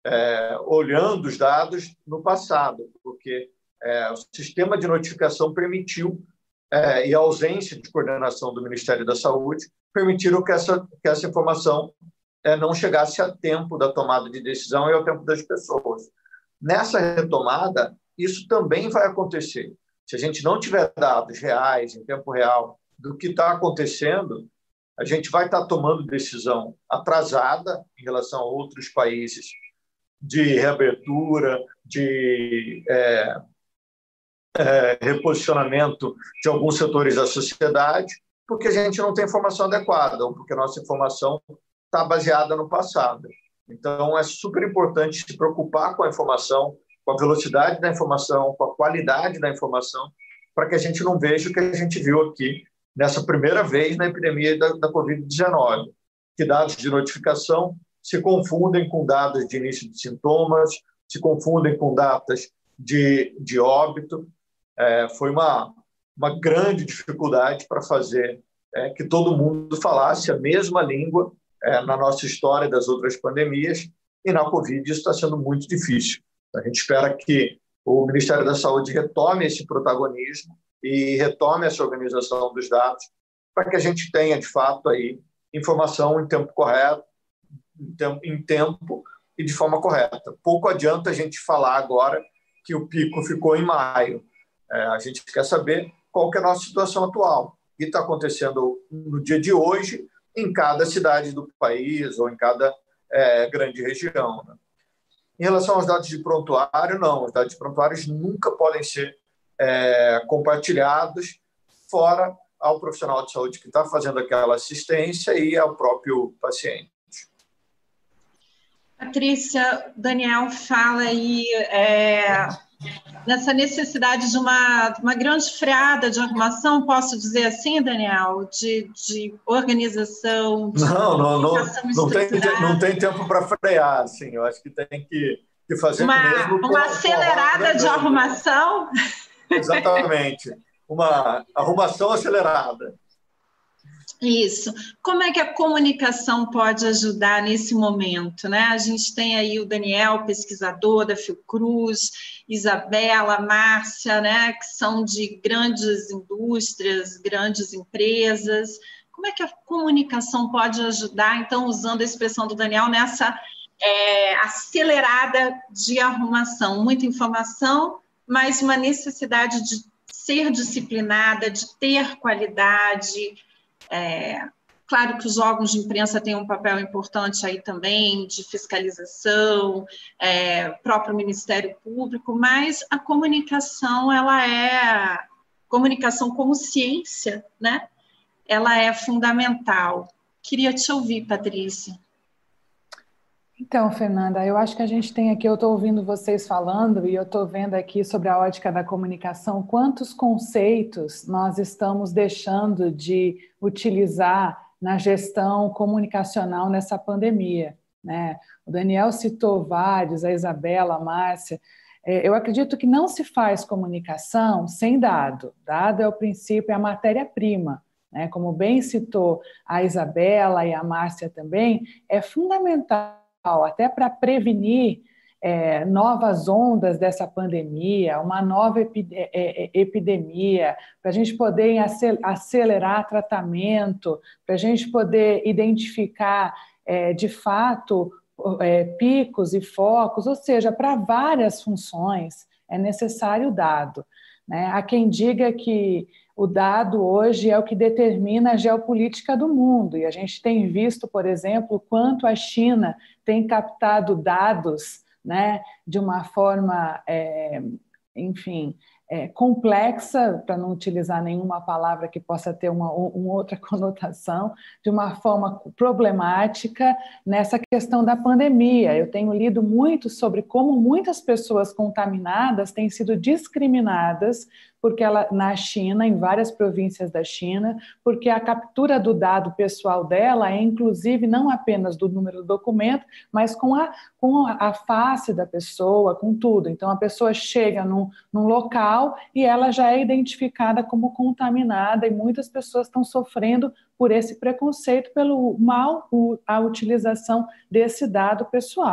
é, olhando os dados no passado, porque é, o sistema de notificação permitiu, é, e a ausência de coordenação do Ministério da Saúde permitiram que essa, que essa informação é, não chegasse a tempo da tomada de decisão e ao tempo das pessoas. Nessa retomada, isso também vai acontecer. Se a gente não tiver dados reais, em tempo real, do que está acontecendo, a gente vai estar tomando decisão atrasada em relação a outros países de reabertura, de é, é, reposicionamento de alguns setores da sociedade, porque a gente não tem informação adequada, ou porque a nossa informação está baseada no passado. Então, é super importante se preocupar com a informação, com a velocidade da informação, com a qualidade da informação, para que a gente não veja o que a gente viu aqui nessa primeira vez na epidemia da, da covid dezenove, que dados de notificação se confundem com dados de início de sintomas, se confundem com datas de, de óbito. É, foi uma, uma grande dificuldade para fazer é, que todo mundo falasse a mesma língua é, na nossa história das outras pandemias, e na Covid isso está sendo muito difícil. A gente espera que o Ministério da Saúde retome esse protagonismo e retome essa organização dos dados para que a gente tenha, de fato, aí, informação em tempo correto, em tempo, em tempo e de forma correta. Pouco adianta a gente falar agora que o pico ficou em maio. É, a gente quer saber qual que é a nossa situação atual. O que está acontecendo no dia de hoje em cada cidade do país ou em cada é, grande região, né? Em relação aos dados de prontuário, não. Os dados de prontuários nunca podem ser é, compartilhados fora ao profissional de saúde que está fazendo aquela assistência e ao próprio paciente. Patrícia, Daniel fala aí é, nessa necessidade de uma, uma grande freada de arrumação, posso dizer assim, Daniel? De, de organização, de não, não, não, não, tem, não tem tempo para frear, assim, eu acho que tem que, que fazer uma, mesmo. Uma com, acelerada com de arrumação? Exatamente, uma arrumação acelerada. Isso. Como é que a comunicação pode ajudar nesse momento, né? A gente tem aí o Daniel, pesquisador da Fiocruz, Isabela, Márcia, né, que são de grandes indústrias, grandes empresas. Como é que a comunicação pode ajudar, então, usando a expressão do Daniel, nessa é, acelerada de arrumação? Muita informação, mas uma necessidade de ser disciplinada, de ter qualidade. É, claro que os órgãos de imprensa têm um papel importante aí também, de fiscalização, é, próprio Ministério Público, mas a comunicação, ela é, comunicação como ciência, né? Ela é fundamental. Queria te ouvir, Patrícia. Então, Fernanda, eu acho que a gente tem aqui, eu estou ouvindo vocês falando e eu estou vendo aqui sobre a ótica da comunicação, quantos conceitos nós estamos deixando de utilizar na gestão comunicacional nessa pandemia, né? O Daniel citou vários, a Isabela, a Márcia. Eu acredito que não se faz comunicação sem dado. Dado é o princípio, é a matéria-prima, né? Como bem citou a Isabela e a Márcia também, é fundamental até para prevenir é, novas ondas dessa pandemia, uma nova epidemia, para a gente poder acelerar tratamento, para a gente poder identificar, é, de fato, é, picos e focos, ou seja, para várias funções é necessário o dado, né? Há quem diga que o dado hoje é o que determina a geopolítica do mundo, e a gente tem visto, por exemplo, quanto a China tem captado dados, né, de uma forma, é, enfim, é, complexa, para não utilizar nenhuma palavra que possa ter uma, uma outra conotação, de uma forma problemática nessa questão da pandemia. Eu tenho lido muito sobre como muitas pessoas contaminadas têm sido discriminadas porque ela, na China, em várias províncias da China, porque a captura do dado pessoal dela é, inclusive, não apenas do número do documento, mas com a, com a face da pessoa, com tudo. Então, a pessoa chega num, num local e ela já é identificada como contaminada, e muitas pessoas estão sofrendo por esse preconceito, pelo mal a utilização desse dado pessoal.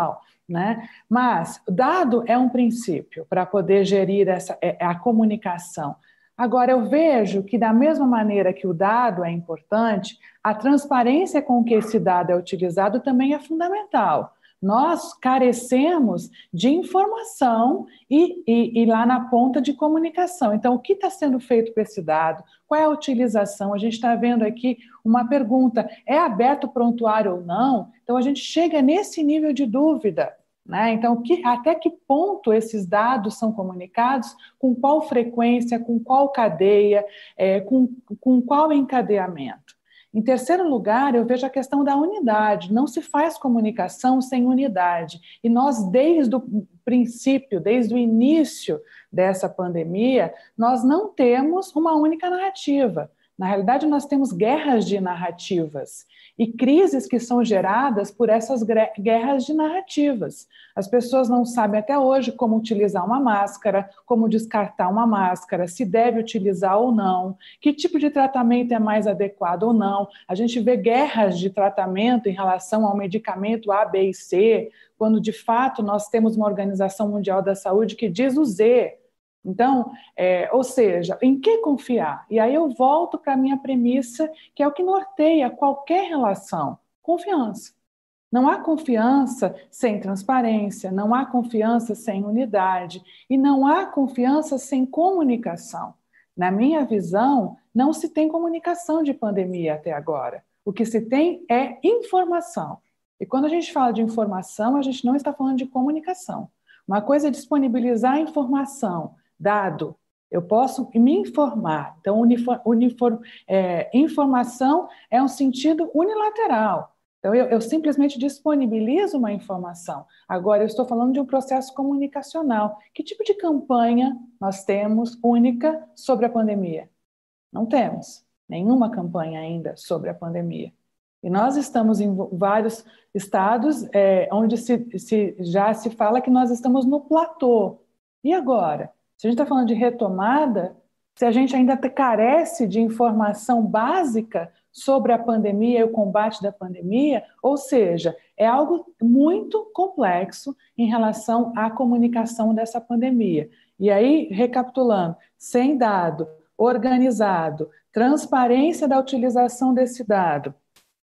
né? Mas dado é um princípio para poder gerir essa, a comunicação. Agora, eu vejo que, da mesma maneira que o dado é importante, a transparência com que esse dado é utilizado também é fundamental. Nós carecemos de informação e, e, e lá na ponta de comunicação. Então, o que está sendo feito com esse dado? Qual é a utilização? A gente está vendo aqui uma pergunta, é aberto o prontuário ou não? Então, a gente chega nesse nível de dúvida. Né? Então, que, até que ponto esses dados são comunicados, com qual frequência, com qual cadeia, é, com, com qual encadeamento? Em terceiro lugar, eu vejo a questão da unidade. Não se faz comunicação sem unidade. E nós, desde o princípio, desde o início dessa pandemia, nós não temos uma única narrativa. Na realidade, nós temos guerras de narrativas e crises que são geradas por essas guerras de narrativas. As pessoas não sabem até hoje como utilizar uma máscara, como descartar uma máscara, se deve utilizar ou não, que tipo de tratamento é mais adequado ou não. A gente vê guerras de tratamento em relação ao medicamento A, B e C, quando de fato nós temos uma Organização Mundial da Saúde que diz o Z. Então, é, ou seja, em que confiar? E aí eu volto para a minha premissa, que é o que norteia qualquer relação: confiança. Não há confiança sem transparência, não há confiança sem unidade e não há confiança sem comunicação. Na minha visão, não se tem comunicação de pandemia até agora. O que se tem é informação. E quando a gente fala de informação, a gente não está falando de comunicação. Uma coisa é disponibilizar informação, dado. Eu posso me informar. Então, uniform, uniform, é, informação é um sentido unilateral. Então, eu, eu simplesmente disponibilizo uma informação. Agora, eu estou falando de um processo comunicacional. Que tipo de campanha nós temos única sobre a pandemia? Não temos nenhuma campanha ainda sobre a pandemia. E nós estamos em vários estados é, onde se, se, já se fala que nós estamos no platô. E agora? Se a gente está falando de retomada, se a gente ainda carece de informação básica sobre a pandemia e o combate da pandemia, ou seja, é algo muito complexo em relação à comunicação dessa pandemia. E aí, recapitulando, sem dado, organizado, transparência da utilização desse dado,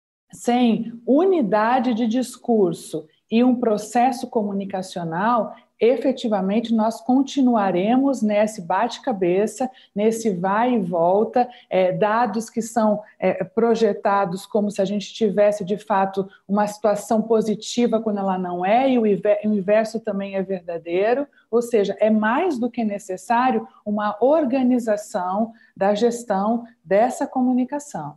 sem unidade de discurso e um processo comunicacional, efetivamente nós continuaremos nesse bate-cabeça, nesse vai e volta, é, dados que são é, projetados como se a gente tivesse, de fato, uma situação positiva quando ela não é, e o inverso também é verdadeiro, ou seja, é mais do que necessário uma organização da gestão dessa comunicação.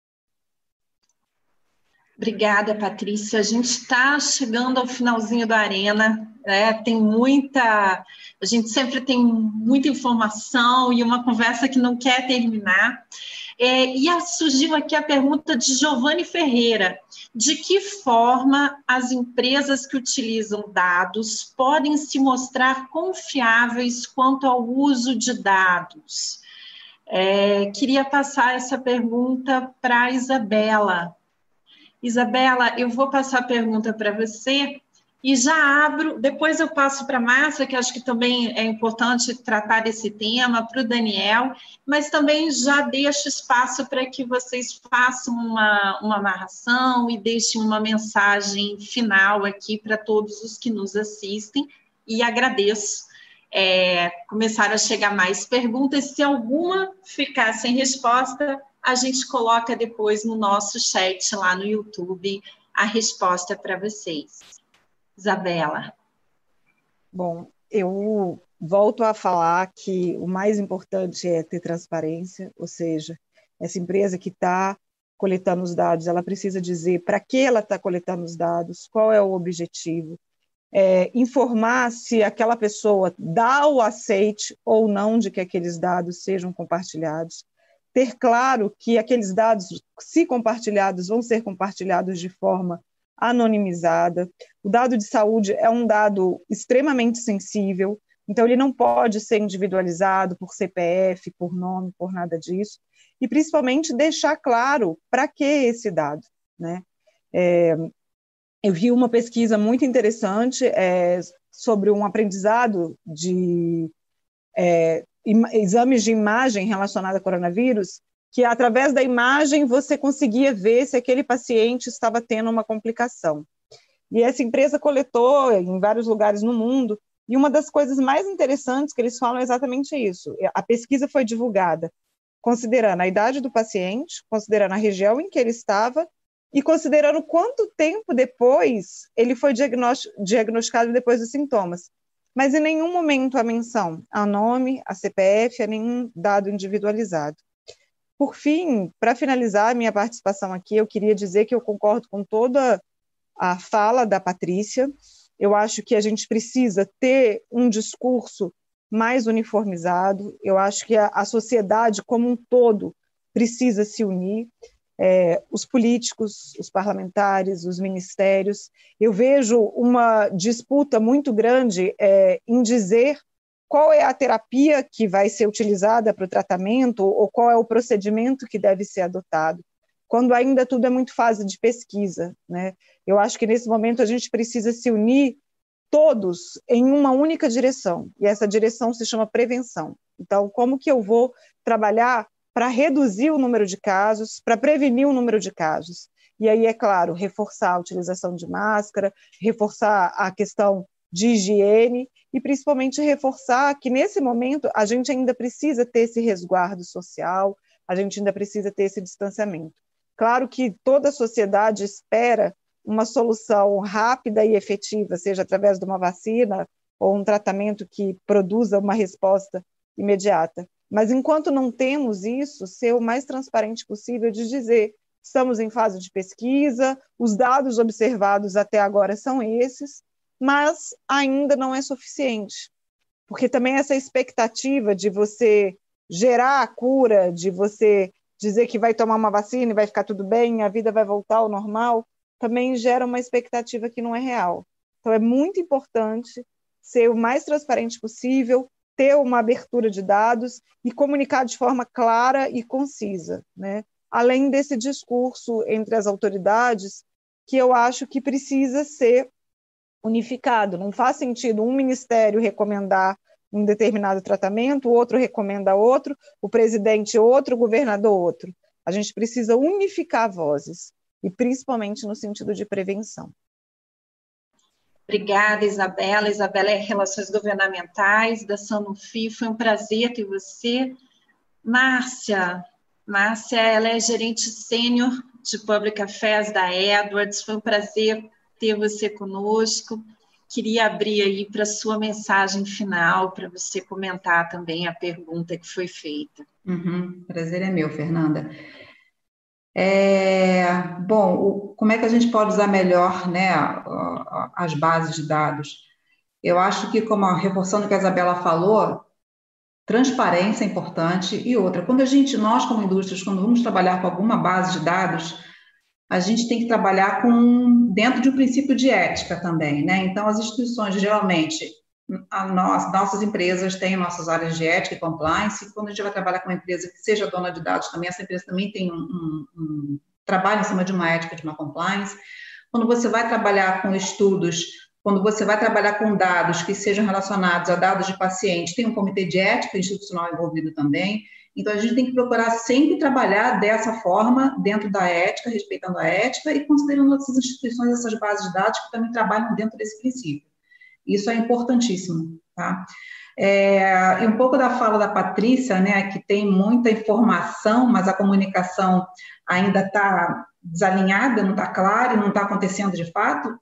Obrigada, Patrícia. A gente está chegando ao finalzinho da Arena, né? Tem muita, a gente sempre tem muita informação e uma conversa que não quer terminar. É, e surgiu aqui a pergunta de Giovanni Ferreira: de que forma as empresas que utilizam dados podem se mostrar confiáveis quanto ao uso de dados? É, queria passar essa pergunta para a Isabela. Isabela, eu vou passar a pergunta para você e já abro, depois eu passo para a Márcia, que acho que também é importante tratar desse tema, para o Daniel, mas também já deixo espaço para que vocês façam uma, uma narração e deixem uma mensagem final aqui para todos os que nos assistem, e agradeço. É, começaram a chegar mais perguntas, se alguma ficar sem resposta, a gente coloca depois no nosso chat lá no YouTube a resposta para vocês. Isabela. Bom, eu volto a falar que o mais importante é ter transparência, ou seja, essa empresa que está coletando os dados, ela precisa dizer para que ela está coletando os dados, qual é o objetivo, é, informar se aquela pessoa dá o aceite ou não de que aqueles dados sejam compartilhados, ter claro que aqueles dados, se compartilhados, vão ser compartilhados de forma anonimizada. O dado de saúde é um dado extremamente sensível, então ele não pode ser individualizado por C P F, por nome, por nada disso, e principalmente deixar claro para que esse dado, né? É, eu vi uma pesquisa muito interessante é, sobre um aprendizado de é, exames de imagem relacionado a coronavírus, que através da imagem você conseguia ver se aquele paciente estava tendo uma complicação. E essa empresa coletou em vários lugares no mundo, e uma das coisas mais interessantes que eles falam é exatamente isso. A pesquisa foi divulgada considerando a idade do paciente, considerando a região em que ele estava e considerando quanto tempo depois ele foi diagnosticado depois dos sintomas. Mas em nenhum momento a menção a nome, a C P F, a nenhum dado individualizado. Por fim, para finalizar a minha participação aqui, eu queria dizer que eu concordo com toda a fala da Patrícia. Eu acho que a gente precisa ter um discurso mais uniformizado. Eu acho que a, a sociedade como um todo precisa se unir. É, os políticos, os parlamentares, os ministérios. Eu vejo uma disputa muito grande é, em dizer qual é a terapia que vai ser utilizada para o tratamento ou qual é o procedimento que deve ser adotado, quando ainda tudo é muito fase de pesquisa, né? Eu acho que nesse momento a gente precisa se unir todos em uma única direção, e essa direção se chama prevenção. Então, como que eu vou trabalhar para reduzir o número de casos, para prevenir o número de casos? E aí, é claro, reforçar a utilização de máscara, reforçar a questão de higiene e, principalmente, reforçar que, nesse momento, a gente ainda precisa ter esse resguardo social, a gente ainda precisa ter esse distanciamento. Claro que toda a sociedade espera uma solução rápida e efetiva, seja através de uma vacina ou um tratamento que produza uma resposta imediata. Mas, enquanto não temos isso, ser o mais transparente possível de dizer estamos em fase de pesquisa, os dados observados até agora são esses, mas ainda não é suficiente. Porque também essa expectativa de você gerar a cura, de você dizer que vai tomar uma vacina e vai ficar tudo bem, a vida vai voltar ao normal, também gera uma expectativa que não é real. Então, é muito importante ser o mais transparente possível, ter uma abertura de dados e comunicar de forma clara e concisa, né? Além desse discurso entre as autoridades, que eu acho que precisa ser unificado. Não faz sentido um ministério recomendar um determinado tratamento, o outro recomenda outro, o presidente outro, o governador outro. A gente precisa unificar vozes, e principalmente no sentido de prevenção. Obrigada, Isabela. Isabela é Relações Governamentais da Sanofi. Foi um prazer ter você. Márcia, Márcia, ela é gerente sênior de Public Affairs da Edwards. Foi um prazer ter você conosco. Queria abrir aí para a sua mensagem final, para você comentar também a pergunta que foi feita. Uhum, prazer é meu, Fernanda. É, bom, o, como é que a gente pode usar melhor, né, as bases de dados? Eu acho que, como a, reforçando o que a Isabela falou, transparência é importante. E outra, quando a gente, nós como indústrias, quando vamos trabalhar com alguma base de dados, a gente tem que trabalhar com, dentro de um princípio de ética também, né? Então, as instituições, geralmente, a nós, nossas empresas têm nossas áreas de ética e compliance, e quando a gente vai trabalhar com uma empresa que seja dona de dados também, essa empresa também tem um, um, um trabalho em cima de uma ética, de uma compliance. Quando você vai trabalhar com estudos, quando você vai trabalhar com dados que sejam relacionados a dados de pacientes, tem um comitê de ética institucional envolvido também. Então, a gente tem que procurar sempre trabalhar dessa forma, dentro da ética, respeitando a ética e considerando essas instituições, essas bases de dados que também trabalham dentro desse princípio. Isso é importantíssimo, tá? É, e um pouco da fala da Patrícia, né, que tem muita informação, mas a comunicação ainda está desalinhada, não está clara e não está acontecendo de fato.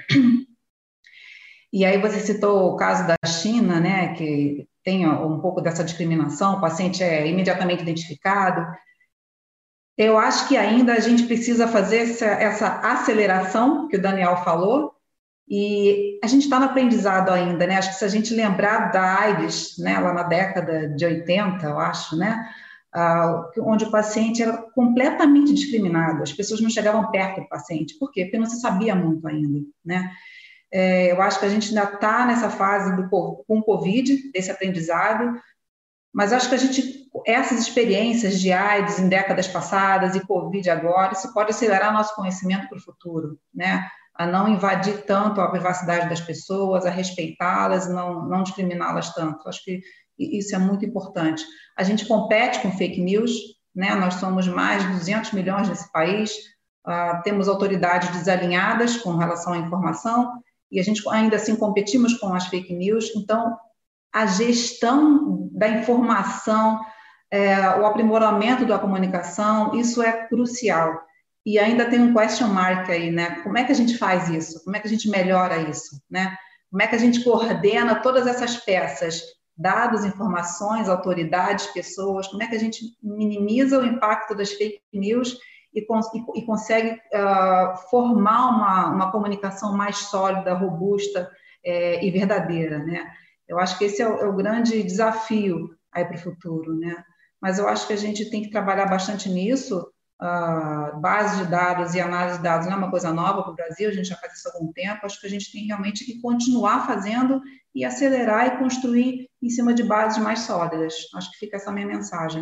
E aí você citou o caso da China, né, que tem um pouco dessa discriminação, o paciente é imediatamente identificado. Eu acho que ainda a gente precisa fazer essa, essa aceleração que o Daniel falou, e a gente está no aprendizado ainda, né? Acho que se a gente lembrar da AIDS, né, lá na década de oitenta, eu acho, né, uh, onde o paciente era completamente discriminado, as pessoas não chegavam perto do paciente. Por quê? Porque não se sabia muito ainda, né? É, eu acho que a gente ainda está nessa fase do, com o Covid, desse aprendizado, mas acho que a gente, essas experiências de AIDS em décadas passadas e Covid agora, isso pode acelerar nosso conhecimento para o futuro, né? a não invadir tanto a privacidade das pessoas, a respeitá-las e não, não discriminá-las tanto. Acho que isso é muito importante. A gente compete com fake news, né? Nós somos mais de duzentos milhões nesse país, uh, temos autoridades desalinhadas com relação à informação, e a gente ainda assim competimos com as fake news. Então, a gestão da informação, é, o aprimoramento da comunicação, isso é crucial. E ainda tem um question mark aí, né? Como é que a gente faz isso? Como é que a gente melhora isso, né? Como é que a gente coordena todas essas peças, dados, informações, autoridades, pessoas? Como é que a gente minimiza o impacto das fake news e, cons e consegue uh, formar uma, uma comunicação mais sólida, robusta é, e verdadeira, né? Eu acho que esse é o, é o grande desafio aí para o futuro, né? Mas eu acho que a gente tem que trabalhar bastante nisso. Uh, base de dados e análise de dados não é uma coisa nova para o Brasil, a gente já faz isso há algum tempo. Acho que a gente tem realmente que continuar fazendo e acelerar e construir em cima de bases mais sólidas. Acho que fica essa minha mensagem.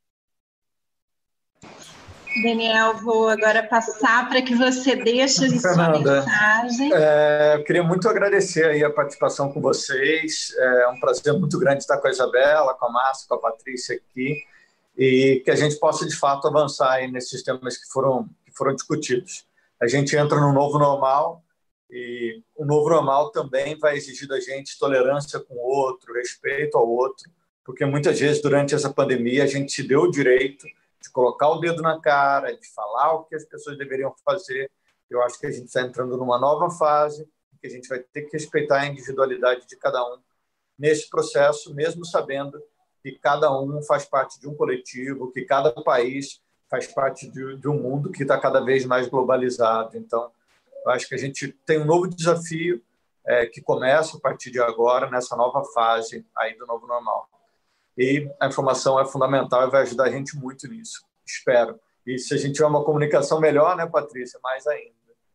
Daniel, vou agora passar para que você deixe a sua mensagem. É, eu queria muito agradecer aí a participação com vocês. É um prazer muito grande estar com a Isabela, com a Márcia, com a Patrícia aqui, e que a gente possa, de fato, avançar aí nesses temas que foram, que foram discutidos. A gente entra no novo normal, e o novo normal também vai exigir da gente tolerância com o outro, respeito ao outro, porque muitas vezes, durante essa pandemia, a gente se deu o direito de colocar o dedo na cara, de falar o que as pessoas deveriam fazer. Eu acho que a gente está entrando numa nova fase, que a gente vai ter que respeitar a individualidade de cada um nesse processo, mesmo sabendo que cada um faz parte de um coletivo, que cada país faz parte de, de um mundo que está cada vez mais globalizado. Então, eu acho que a gente tem um novo desafio é, que começa a partir de agora, nessa nova fase aí do novo normal. E a informação é fundamental e vai ajudar a gente muito nisso, espero. E se a gente tiver uma comunicação melhor, né, Patrícia, mais ainda.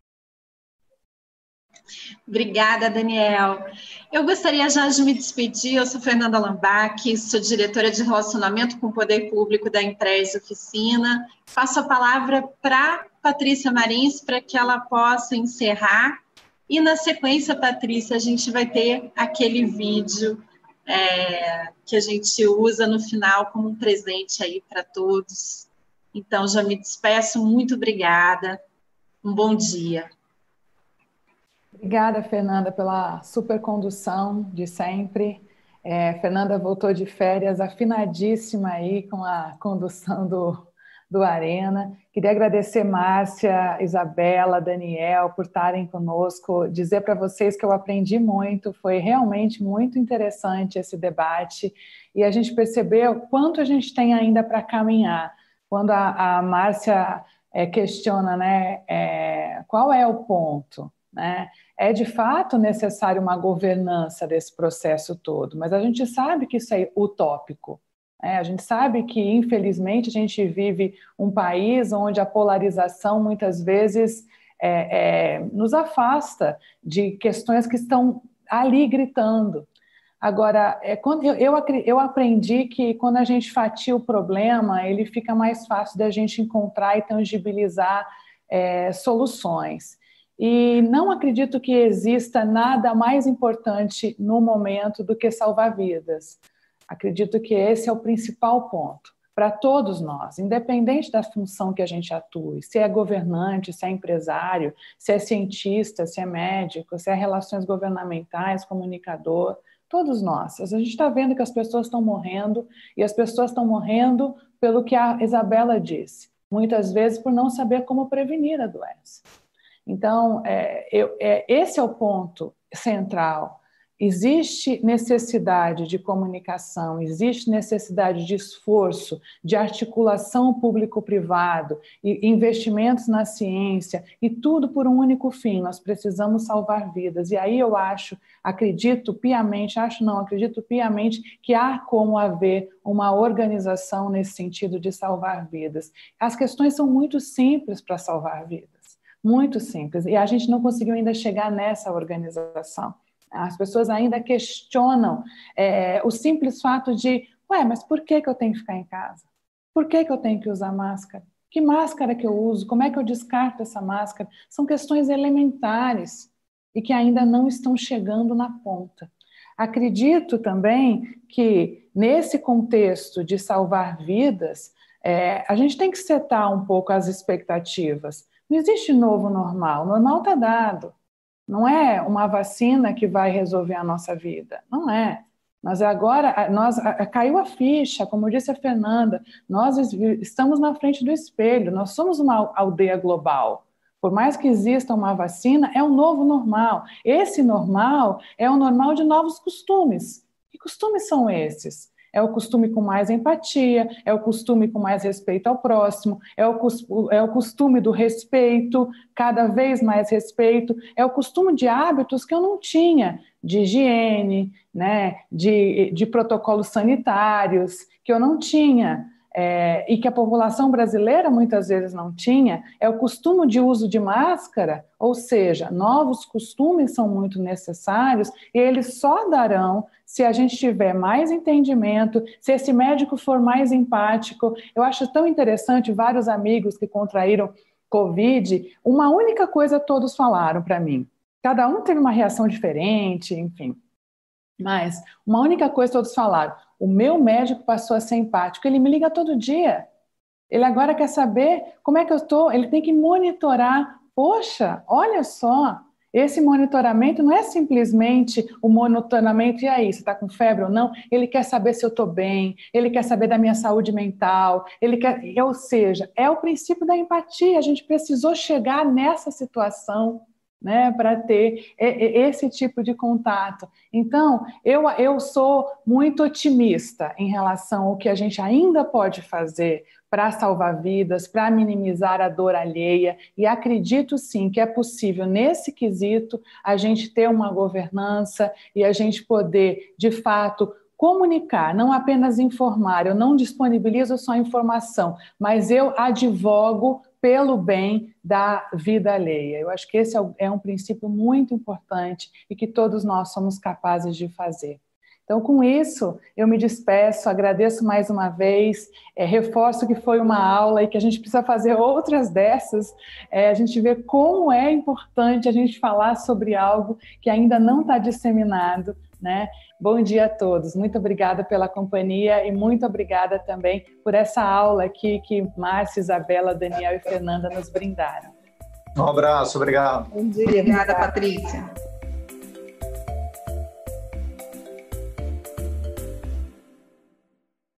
Obrigada, Daniel. Eu gostaria já de me despedir. Eu sou Fernanda Lambach, sou diretora de Relacionamento com o Poder Público da Empresa Oficina. Passo a palavra para Patrícia Marins para que ela possa encerrar. E, na sequência, Patrícia, a gente vai ter aquele vídeo é, que a gente usa no final como um presente aí para todos. Então, já me despeço. Muito obrigada. Um bom dia. Obrigada, Fernanda, pela super condução de sempre. É, Fernanda voltou de férias afinadíssima aí com a condução do, do Arena. Queria agradecer Márcia, Isabela, Daniel por estarem conosco, dizer para vocês que eu aprendi muito, foi realmente muito interessante esse debate e a gente percebeu quanto a gente tem ainda para caminhar. Quando a, a Márcia é, questiona, né, é, qual é o ponto, né? É de fato necessário uma governança desse processo todo, mas a gente sabe que isso é utópico. Né? A gente sabe que, infelizmente, a gente vive um país onde a polarização muitas vezes é, é, nos afasta de questões que estão ali gritando. Agora, é, quando eu, eu, eu aprendi que quando a gente fatia o problema, ele fica mais fácil da gente encontrar e tangibilizar é, soluções. E não acredito que exista nada mais importante no momento do que salvar vidas. Acredito que esse é o principal ponto para todos nós, independente da função que a gente atue, se é governante, se é empresário, se é cientista, se é médico, se é relações governamentais, comunicador, todos nós. A gente está vendo que as pessoas estão morrendo e as pessoas estão morrendo pelo que a Isabela disse, muitas vezes por não saber como prevenir a doença. Então, é, eu, é, esse é o ponto central. Existe necessidade de comunicação, existe necessidade de esforço, de articulação público-privado, e investimentos na ciência, e tudo por um único fim. Nós precisamos salvar vidas. E aí eu acho, acredito piamente, acho não, acredito piamente que há como haver uma organização nesse sentido de salvar vidas. As questões são muito simples para salvar vidas. Muito simples, e a gente não conseguiu ainda chegar nessa organização. As pessoas ainda questionam é, o simples fato de, ué, mas por que, que eu tenho que ficar em casa? Por que, que eu tenho que usar máscara? Que máscara que eu uso? Como é que eu descarto essa máscara? São questões elementares e que ainda não estão chegando na ponta. Acredito também que, nesse contexto de salvar vidas, é, a gente tem que setar um pouco as expectativas. Não existe novo normal. O normal está dado. Não é uma vacina que vai resolver a nossa vida. Não é. Mas agora, nós, caiu a ficha, como disse a Fernanda, nós estamos na frente do espelho, nós somos uma aldeia global. Por mais que exista uma vacina, é um novo normal. Esse normal é o normal de novos costumes. Que costumes são esses? É o costume com mais empatia, é o costume com mais respeito ao próximo, é o, é o costume do respeito, cada vez mais respeito, é o costume de hábitos que eu não tinha, de higiene, né, de, de protocolos sanitários, que eu não tinha, é, e que a população brasileira muitas vezes não tinha, é o costume de uso de máscara, ou seja, novos costumes são muito necessários e eles só darão se a gente tiver mais entendimento, se esse médico for mais empático. Eu acho tão interessante, vários amigos que contraíram Covid, uma única coisa todos falaram para mim. Cada um teve uma reação diferente, enfim. Mas uma única coisa todos falaram, o meu médico passou a ser empático, ele me liga todo dia. Ele agora quer saber como é que eu estou, ele tem que monitorar. Poxa, olha só, esse monitoramento não é simplesmente o monitoramento, e aí, você está com febre ou não? Ele quer saber se eu estou bem, ele quer saber da minha saúde mental, ele quer, ou seja, é o princípio da empatia, a gente precisou chegar nessa situação, né, para ter esse tipo de contato. Então, eu, eu sou muito otimista em relação ao que a gente ainda pode fazer para salvar vidas, para minimizar a dor alheia, e acredito sim que é possível, nesse quesito, a gente ter uma governança e a gente poder, de fato, comunicar, não apenas informar. Eu não disponibilizo só informação, mas eu advogo pelo bem da vida alheia. Eu acho que esse é um princípio muito importante e que todos nós somos capazes de fazer. Então, com isso, eu me despeço, agradeço mais uma vez, é, reforço que foi uma aula e que a gente precisa fazer outras dessas, é, a gente vê como é importante a gente falar sobre algo que ainda não está disseminado, né? Bom dia a todos, muito obrigada pela companhia e muito obrigada também por essa aula aqui que Márcia, Isabela, Daniel e Fernanda nos brindaram. Um abraço, obrigado. Bom dia. Obrigada, Patrícia.